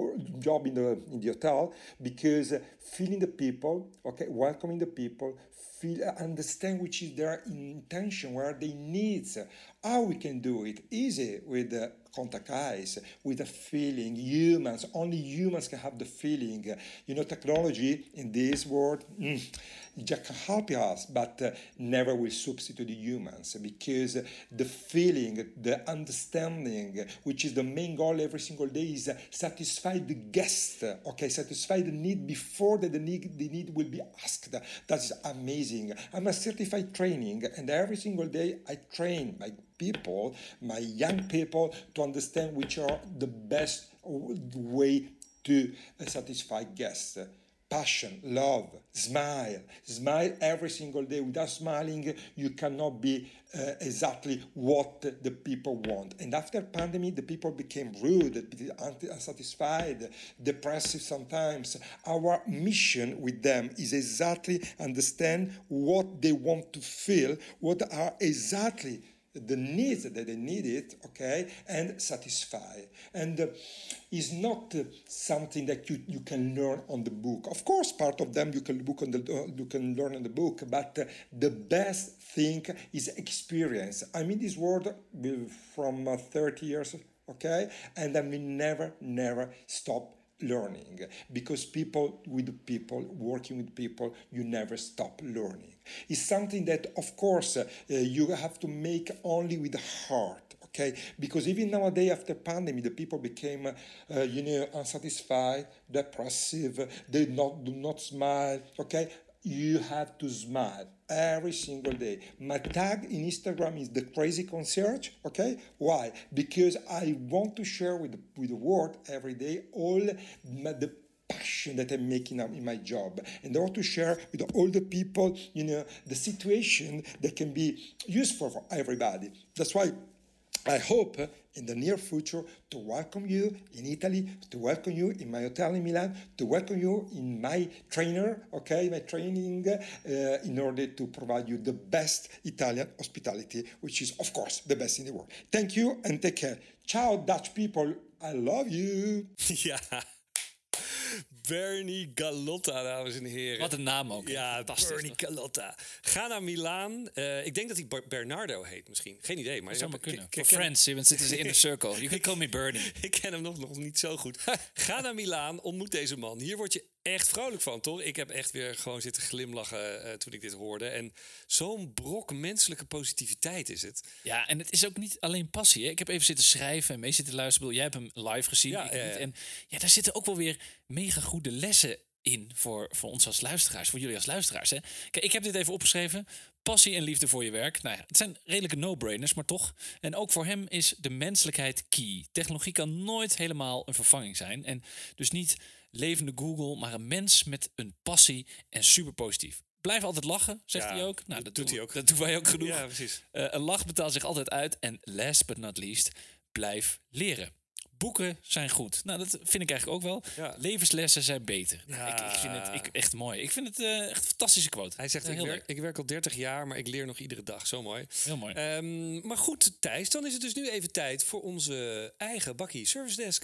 job in the hotel because feeling the people, okay, welcoming the people, understand which is their intention, where they needs, how we can do it easy with contact eyes, with a feeling. Humans, only humans can have the feeling. Technology in this world, it just can help us, but never will substitute the humans, because the feeling, the understanding, which is the main goal every single day, is satisfy the guest, okay, satisfy the need before the need will be asked. That is amazing. I'm a certified training, and every single day I train my people, my young people, to understand which are the best way to satisfy guests. Passion, love, smile every single day. Without smiling, you cannot be exactly what the people want. And after pandemic, the people became rude, unsatisfied, depressive sometimes. Our mission with them is exactly understand what they want to feel, what are exactly the needs that they need it, okay, and satisfy. And is not something that you can learn on the book. Of course, part of them you can learn on the book, but the best thing is experience. I mean this word from 30 years, okay, and I mean never stop learning, because working with people, you never stop learning. It's something that, of course, you have to make only with the heart. Okay, because even nowadays after pandemic, the people became, unsatisfied, depressive. They do not smile. Okay, you have to smile every single day. My tag in Instagram is the Crazy Concierge. Okay, why? Because I want to share with the world every day all the passion that I'm making in my job, and I want to share with all the people, the situation that can be useful for everybody. That's why I hope in the near future to welcome you in Italy, to welcome you in my hotel in Milan, to welcome you in my training, in order to provide you the best Italian hospitality, which is, of course, the best in the world. Thank you and take care. Ciao, Dutch people. I love you. Ja. Bernie Gallotta, dames en heren. Wat een naam ook. Ja, fantastisch. Bernie Gallotta. Ga naar Milaan. Ik denk dat hij Bernardo heet misschien. Geen idee. Maar dat zou maar kunnen. For friends, want zitten ze in de circle. You can call me Bernie. Ik ken hem nog niet zo goed. Ga naar Milaan, ontmoet deze man. Hier word je echt vrolijk van, toch? Ik heb echt weer gewoon zitten glimlachen toen ik dit hoorde. En zo'n brok menselijke positiviteit is het. Ja, en het is ook niet alleen passie. Hè? Ik heb even zitten schrijven en mee zitten luisteren. Jij hebt hem live gezien, Ja, ik ja, niet. ja. En ja, daar zitten ook wel weer mega goede lessen in voor ons als luisteraars, voor jullie als luisteraars. Hè? Kijk, ik heb dit even opgeschreven. Passie en liefde voor je werk. Nou ja, het zijn redelijke no-brainers, maar toch. En ook voor hem is de menselijkheid key. Technologie kan nooit helemaal een vervanging zijn. En dus niet levende Google, maar een mens met een passie en super positief. Blijf altijd lachen, zegt Ja, hij ook. Nou, dat doet hij ook. Dat doen wij ook genoeg. Ja, precies. Een lach betaalt zich altijd uit. En last but not least, blijf leren. Boeken zijn goed. Nou, dat vind ik eigenlijk ook wel. Ja. Levenslessen zijn beter. Nou, Ja. ik vind het echt mooi. Ik vind het echt een fantastische quote. Hij zegt, Heel leuk. ik werk al 30 jaar, maar ik leer nog iedere dag. Zo mooi. Heel mooi. Maar goed, Thijs, dan is het dus nu even tijd voor onze eigen Bakkie Service Desk.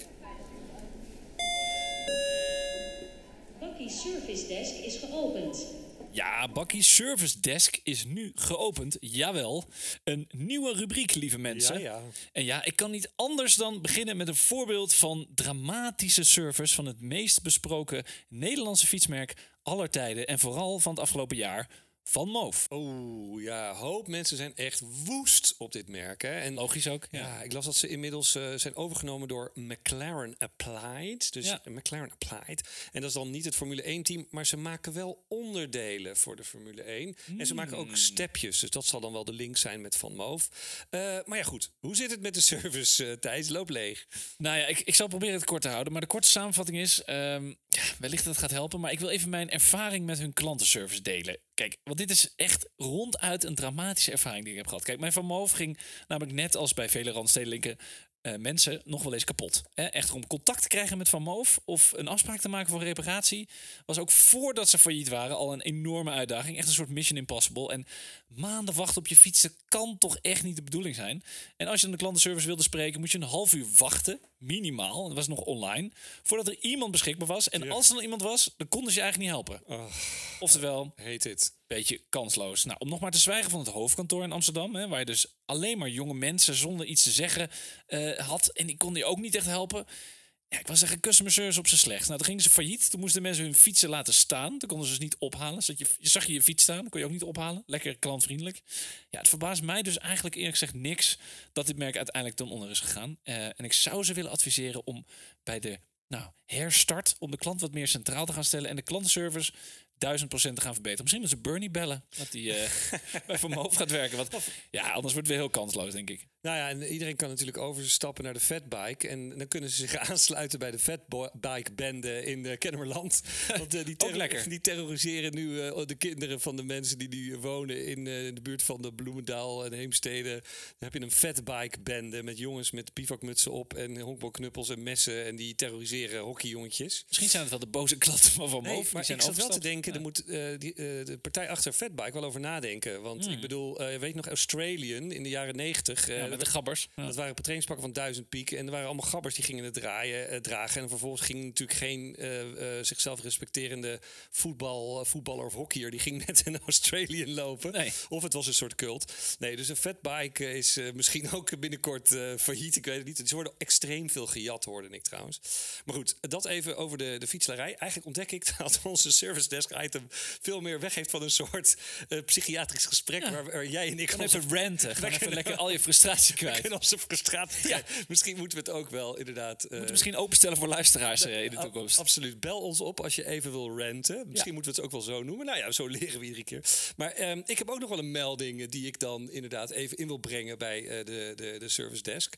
Bakkie Service Desk is geopend. Ja, Bakkie Service Desk is nu geopend. Jawel. Een nieuwe rubriek, lieve mensen. Ja. En ja, ik kan niet anders dan beginnen met een voorbeeld van dramatische service van het meest besproken Nederlandse fietsmerk aller tijden. En vooral van het afgelopen jaar, Van Moof. Oh ja, hoop mensen zijn echt woest op dit merk. Hè? En Logisch ook. ja, ik las dat ze inmiddels zijn overgenomen door McLaren Applied. Dus Ja. McLaren Applied. En dat is dan niet het Formule 1-team, maar ze maken wel onderdelen voor de Formule 1. En ze maken ook stepjes, dus dat zal dan wel de link zijn met Van Moof. Maar ja, goed. Hoe zit het met de service, Thijs? Loop leeg. Nou ja, ik zal proberen het kort te houden. Maar de korte samenvatting is, wellicht dat het gaat helpen. Maar ik wil even mijn ervaring met hun klantenservice delen. Kijk, want dit is echt ronduit een dramatische ervaring die ik heb gehad. Kijk, mijn Van Moof ging namelijk net als bij vele randstedelijke mensen nog wel eens kapot. Hè? Echter, om contact te krijgen met Van Moof of een afspraak te maken voor een reparatie, was ook voordat ze failliet waren al een enorme uitdaging. Echt een soort mission impossible. En maanden wachten op je fiets, dat kan toch echt niet de bedoeling zijn. En als je dan de klantenservice wilde spreken, moest je een half uur wachten, minimaal. Dat was nog online, voordat er iemand beschikbaar was. En als er dan iemand was, dan konden ze je eigenlijk niet helpen. Oftewel, Heet het. beetje kansloos. Nou, om nog maar te zwijgen van het hoofdkantoor in Amsterdam, hè, waar je dus alleen maar jonge mensen zonder iets te zeggen had. En die kon die ook niet echt helpen. Ja, ik was zeggen, customer service op zijn slecht. Nou, toen gingen ze failliet. Toen moesten mensen hun fietsen laten staan. Toen konden ze dus niet ophalen. Zodat je zag je fiets staan, kon je ook niet ophalen. Lekker klantvriendelijk. Ja, het verbaast mij dus eigenlijk eerlijk gezegd niks dat dit merk uiteindelijk ten onder is gegaan. En ik zou ze willen adviseren om bij de herstart, om de klant wat meer centraal te gaan stellen en de klantenservice 1000% te gaan verbeteren. Misschien moeten ze Bernie bellen, dat die bij Van Moof gaat werken. Want ja, anders wordt het weer heel kansloos, denk ik. Nou ja, en iedereen kan natuurlijk overstappen naar de fatbike. En dan kunnen ze zich aansluiten bij de fatbike-bende in Kennemerland. Want Ook lekker. die terroriseren nu de kinderen van de mensen die nu wonen in de buurt van de Bloemendaal en Heemstede. Dan heb je een fatbike-bende met jongens met bivakmutsen op en honkbalknuppels en messen. En die terroriseren hockeyjongetjes. Misschien zijn het wel de boze klanten van Van Moof. Nee, die maar zijn ik zat wel te overgestapt. denken, er moet de partij achter Fatbike wel over nadenken. Want ik bedoel, weet je nog, Australian in de jaren 90. Ja, met de gabbers. Ja. Dat waren trainingspakken van 1000 piek. En er waren allemaal gabbers die gingen het dragen. En vervolgens ging natuurlijk geen zichzelf respecterende voetballer of hockeyer. Die ging met een Australian lopen. Nee. Of het was een soort cult. Nee, dus een fatbike is misschien ook binnenkort failliet. Ik weet het niet. Ze worden extreem veel gejat, hoorde ik trouwens. Maar goed, dat even over de fietslarij. Eigenlijk ontdek ik dat onze service desk item veel meer weg heeft van een soort psychiatrisch gesprek. Ja. Waar jij en ik Gewoon even ranten. Gewoon even lekker al je frustratie kwijt. en onze frustratie. Ja. Misschien moeten we het ook wel inderdaad. Moeten misschien openstellen voor luisteraars in de toekomst. Absoluut. Bel ons op als je even wil ranten. Misschien moeten we het ook wel zo noemen. Nou ja, zo leren we iedere keer. Maar ik heb ook nog wel een melding die ik dan inderdaad even in wil brengen bij de service desk.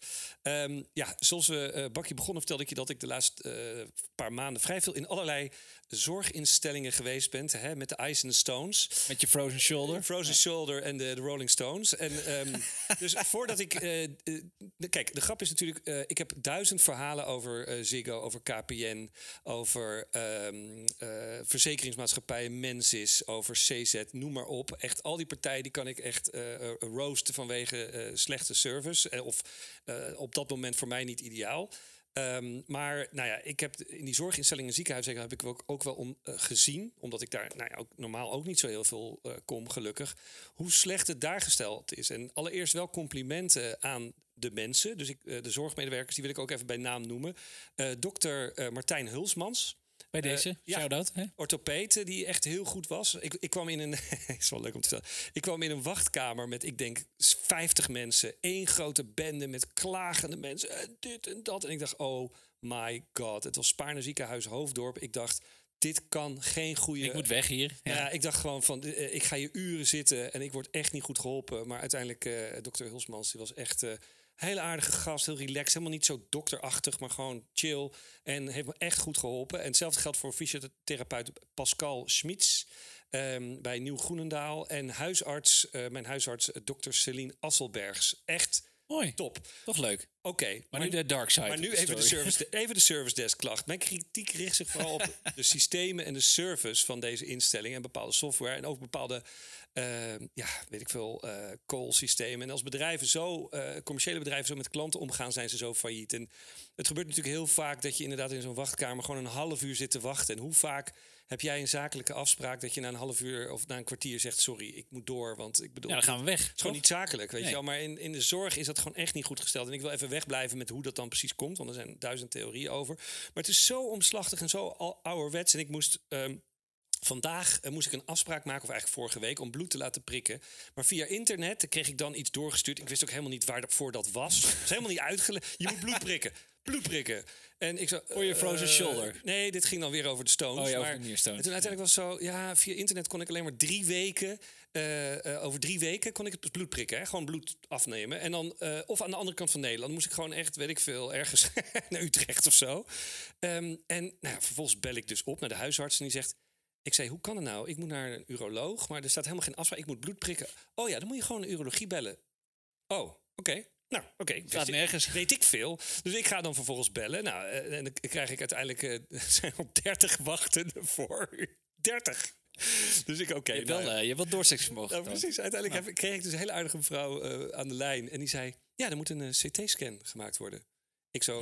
Zoals we Bakkie begonnen, vertelde ik je dat ik de laatste paar maanden vrij veel in allerlei zorginstellingen geweest ben. Hè, met de Ice and the Stones. Met je Frozen Shoulder. Frozen Shoulder en de Rolling Stones. En dus voordat ik... kijk, de grap is natuurlijk... ik heb 1000 verhalen over Ziggo, over KPN... over verzekeringsmaatschappijen, Mensis, over CZ, noem maar op. Echt, al die partijen die kan ik echt roosten vanwege slechte service. Of op dat moment voor mij niet ideaal. Maar nou ja, ik heb in die zorginstellingen, ziekenhuizen heb ik ook wel gezien, omdat ik daar ook normaal ook niet zo heel veel kom, gelukkig, hoe slecht het daar gesteld is. En allereerst wel complimenten aan de mensen, dus de zorgmedewerkers, die wil ik ook even bij naam noemen. Dokter Martijn Hulsmans. Bij deze, ja. shout-out. Hè? orthopeet die echt heel goed was. Ik kwam in een... is wel leuk om te vertellen. Ik kwam in een wachtkamer met, ik denk, 50 mensen. 1 grote bende met klagende mensen. En dit en dat. En ik dacht, oh my god. Het was Spaarne Ziekenhuis Hoofddorp. Ik dacht, dit kan geen goede... Ik moet weg hier. Ja. Ja, ik dacht gewoon van, ik ga hier uren zitten en ik word echt niet goed geholpen. Maar uiteindelijk, dokter Hulsmans, die was echt hele aardige gast, heel relaxed. Helemaal niet zo dokterachtig, maar gewoon chill. En heeft me echt goed geholpen. En hetzelfde geldt voor fysiotherapeut Pascal Schmitz bij Nieuw Groenendaal. En mijn huisarts, dokter Celine Asselbergs. Echt Mooi. top. Toch leuk. Oké, Maar nu de dark side. maar nu of the even de service desk klacht. Mijn kritiek richt zich vooral op de systemen en de service van deze instelling en bepaalde software en ook bepaalde, weet ik veel, call systemen. En als bedrijven commerciële bedrijven zo met klanten omgaan, zijn ze zo failliet. En het gebeurt natuurlijk heel vaak dat je inderdaad in zo'n wachtkamer gewoon een half uur zit te wachten. En hoe vaak heb jij een zakelijke afspraak dat je na een half uur of na een kwartier zegt, sorry, ik moet door, want ik bedoel... Ja, dan gaan we weg. Het is gewoon niet zakelijk, weet je wel. Maar in de zorg is dat gewoon echt niet goed gesteld. En ik wil even wegblijven met hoe dat dan precies komt. Want er zijn 1000 theorieën over. Maar het is zo omslachtig en zo ouderwets. En ik moest... Vandaag moest ik een afspraak maken, of eigenlijk vorige week, om bloed te laten prikken. Maar via internet kreeg ik dan iets doorgestuurd. Ik wist ook helemaal niet waarvoor dat was. Het was helemaal niet uitgelegd. Je moet bloed prikken. Bloed prikken. En ik zo, Voor je frozen shoulder. Nee, dit ging dan weer over de Stones. Oh ja, over maar, de Nierstones. en toen uiteindelijk was het zo, ja, via internet kon ik alleen maar 3 weken... over 3 weken kon ik het bloed prikken. Hè? Gewoon bloed afnemen. En dan, of aan de andere kant van Nederland moest ik gewoon echt, weet ik veel, ergens naar Utrecht of zo. En nou ja, vervolgens bel ik dus op naar de huisarts en die zegt... Ik zei, hoe kan het nou? Ik moet naar een uroloog, maar er staat helemaal geen afspraak. Ik moet bloed prikken. Oh ja, dan moet je gewoon een urologie bellen. Oh, oké. Nou, oké. Gaat nergens. Weet ik veel. Dus ik ga dan vervolgens bellen. Nou, en dan krijg ik uiteindelijk... zijn al 30 wachten voor. 30. Dus ik, oké. Je hebt wel doorzettingsvermogen. Nou, precies. Uiteindelijk kreeg ik dus een hele aardige mevrouw aan de lijn. En die zei, ja, er moet een CT-scan gemaakt worden. Ik zo,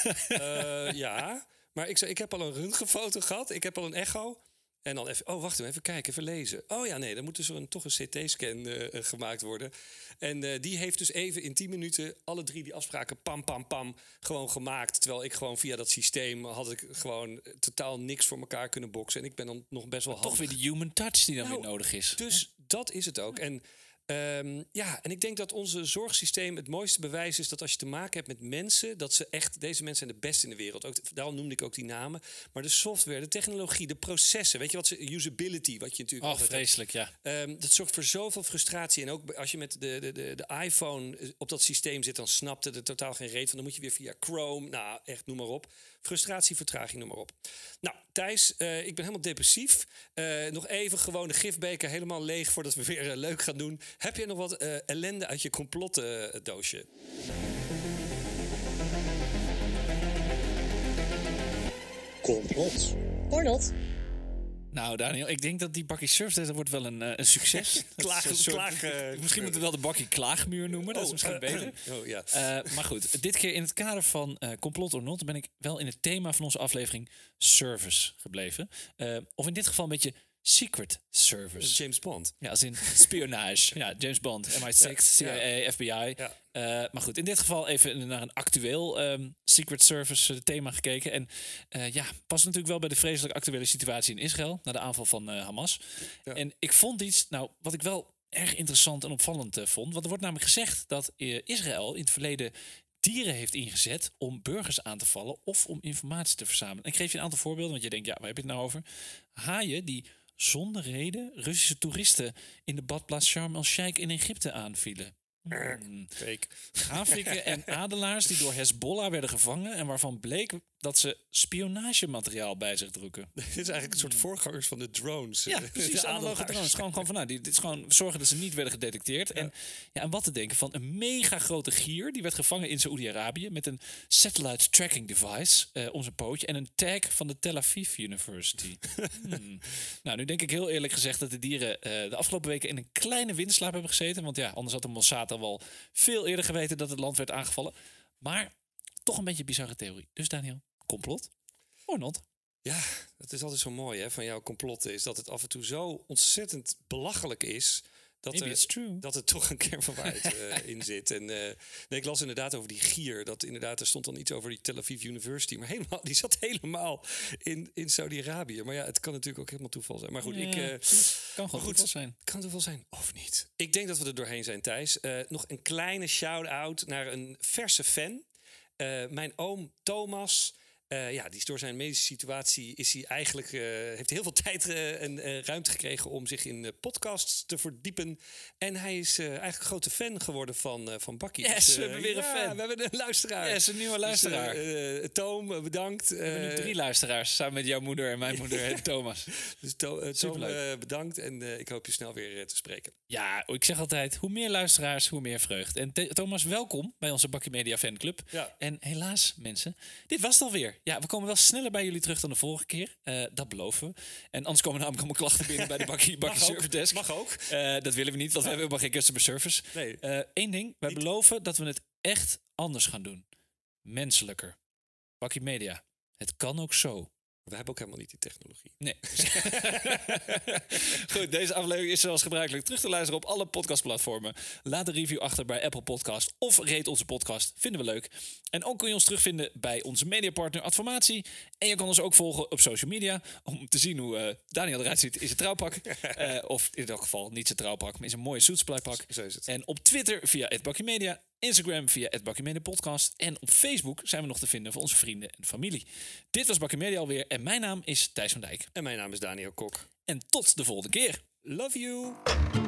ja. Maar ik zei, ik heb al een röntgenfoto gehad. Ik heb al een echo. En dan even, oh, wacht even kijken, even lezen. Oh ja, nee, dan moet dus toch een CT-scan gemaakt worden. En die heeft dus even in 10 minuten alle 3 die afspraken pam, pam, pam gewoon gemaakt. Terwijl ik gewoon via dat systeem had ik gewoon totaal niks voor elkaar kunnen boksen. En ik ben dan nog best wel Toch handig. weer de human touch die dan Nou, weer nodig is. Dus dat is het ook. En en ik denk dat onze zorgsysteem het mooiste bewijs is dat als je te maken hebt met mensen, dat ze echt, deze mensen zijn de beste in de wereld. Ook, daarom noemde ik ook die namen. Maar de software, de technologie, de processen, weet je wat ze, usability, wat je natuurlijk Oh, altijd vreselijk, ja. dat zorgt voor zoveel frustratie. En ook als je met de iPhone op dat systeem zit, dan snapt het er totaal geen reet van. Dan moet je weer via Chrome, nou echt, noem maar op. Frustratie, vertraging, noem maar op. Nou, Thijs, ik ben helemaal depressief. Nog even gewoon de gifbeker helemaal leeg voordat we weer leuk gaan doen. Heb je nog wat ellende uit je complotdoosje? Complot. Ornot. Nou, Daniel, ik denk dat die bakkie surfdesk, dat wordt wel een succes. Dat is een soort- misschien moeten we het wel de bakkie klaagmuur noemen. Dat is misschien beter. Oh, ja. Maar goed, dit keer in het kader van Complot or Not ben ik wel in het thema van onze aflevering service gebleven. Of in dit geval een beetje secret service. James Bond. Ja, als in spionage. Ja, James Bond, MI6, CIA, FBI. Ja. Maar goed, in dit geval even naar een actueel Secret Service thema gekeken. En past natuurlijk wel bij de vreselijk actuele situatie in Israël, na de aanval van Hamas. Ja. En ik vond iets, wat ik wel erg interessant en opvallend vond. Want er wordt namelijk gezegd dat Israël in het verleden dieren heeft ingezet om burgers aan te vallen of om informatie te verzamelen. En ik geef je een aantal voorbeelden, want je denkt, ja, waar heb je het nou over? Haaien die zonder reden Russische toeristen in de badplaats Sharm el-Sheikh in Egypte aanvielen. Fake. Haviken en adelaars die door Hezbollah werden gevangen en waarvan bleek dat ze spionagemateriaal bij zich droegen. Dit is eigenlijk een soort voorgangers van de drones. Ja, precies. De Analoge drones. Gewoon van, dit is gewoon zorgen dat ze niet werden gedetecteerd. Ja. En wat te denken van een mega grote gier. Die werd gevangen in Saoedi-Arabië met een satellite tracking device om zijn pootje en een tag van de Tel Aviv University. Nou, nu denk ik heel eerlijk gezegd dat de dieren de afgelopen weken in een kleine winterslaap hebben gezeten. Want ja, anders had de Mossad al wel veel eerder geweten dat het land werd aangevallen. Maar toch een beetje een bizarre theorie. Dus Daniel, complot or not? Ja, dat is altijd zo mooi hè, van jouw complotten. Is dat het af en toe zo ontzettend belachelijk is Maybe it's true. Dat er toch een kern van waarheid in zit. En nee, ik las inderdaad over die gier. Dat inderdaad, er stond dan iets over die Tel Aviv University. Maar die zat helemaal in Saudi-Arabië. Maar ja, het kan natuurlijk ook helemaal toeval zijn. Maar goed, Kan gewoon toeval zijn. Kan toeval zijn, of niet? Ik denk dat we er doorheen zijn, Thijs. Nog een kleine shout-out naar een verse fan. Mijn oom Thomas... die is door zijn medische situatie heeft heel veel tijd en ruimte gekregen om zich in podcasts te verdiepen. En hij is eigenlijk grote fan geworden van Bakkie. Yes, we hebben weer een fan. We hebben een luisteraar. Yes, een nieuwe luisteraar. Dus, Toom, bedankt. We hebben nu 3 luisteraars, samen met jouw moeder en mijn moeder en Thomas. Dus Toom, bedankt en ik hoop je snel weer te spreken. Ja, ik zeg altijd, hoe meer luisteraars, hoe meer vreugd. En Thomas, welkom bij onze Bakkie Media fanclub. Ja. En helaas, mensen, dit was het alweer. Ja, we komen wel sneller bij jullie terug dan de vorige keer. Dat beloven we. En anders komen namelijk allemaal klachten binnen bij de Bakkie Service Desk. Mag ook. Dat willen we niet, want we hebben helemaal geen customer service. Nee. Eén ding, wij beloven dat we het echt anders gaan doen. Menselijker. Bakkie Media. Het kan ook zo. We hebben ook helemaal niet die technologie. Nee. Goed, deze aflevering is zoals gebruikelijk terug te luisteren op alle podcastplatformen. Laat een review achter bij Apple Podcast of rate onze podcast. Vinden we leuk. En ook kun je ons terugvinden bij onze mediapartner Adformatie. En je kan ons ook volgen op social media om te zien hoe Daniel eruit ziet in zijn trouwpak. Of in elk geval niet zijn trouwpak, maar in zijn mooie suitsplaypak. Zo is het. En op Twitter via @BakkieMedia. Instagram via @BakkieMediaPodcast. En op Facebook zijn we nog te vinden voor onze vrienden en familie. Dit was Bakkie Media alweer. En mijn naam is Thijs van Dijk. En mijn naam is Daniel Kok. En tot de volgende keer. Love you.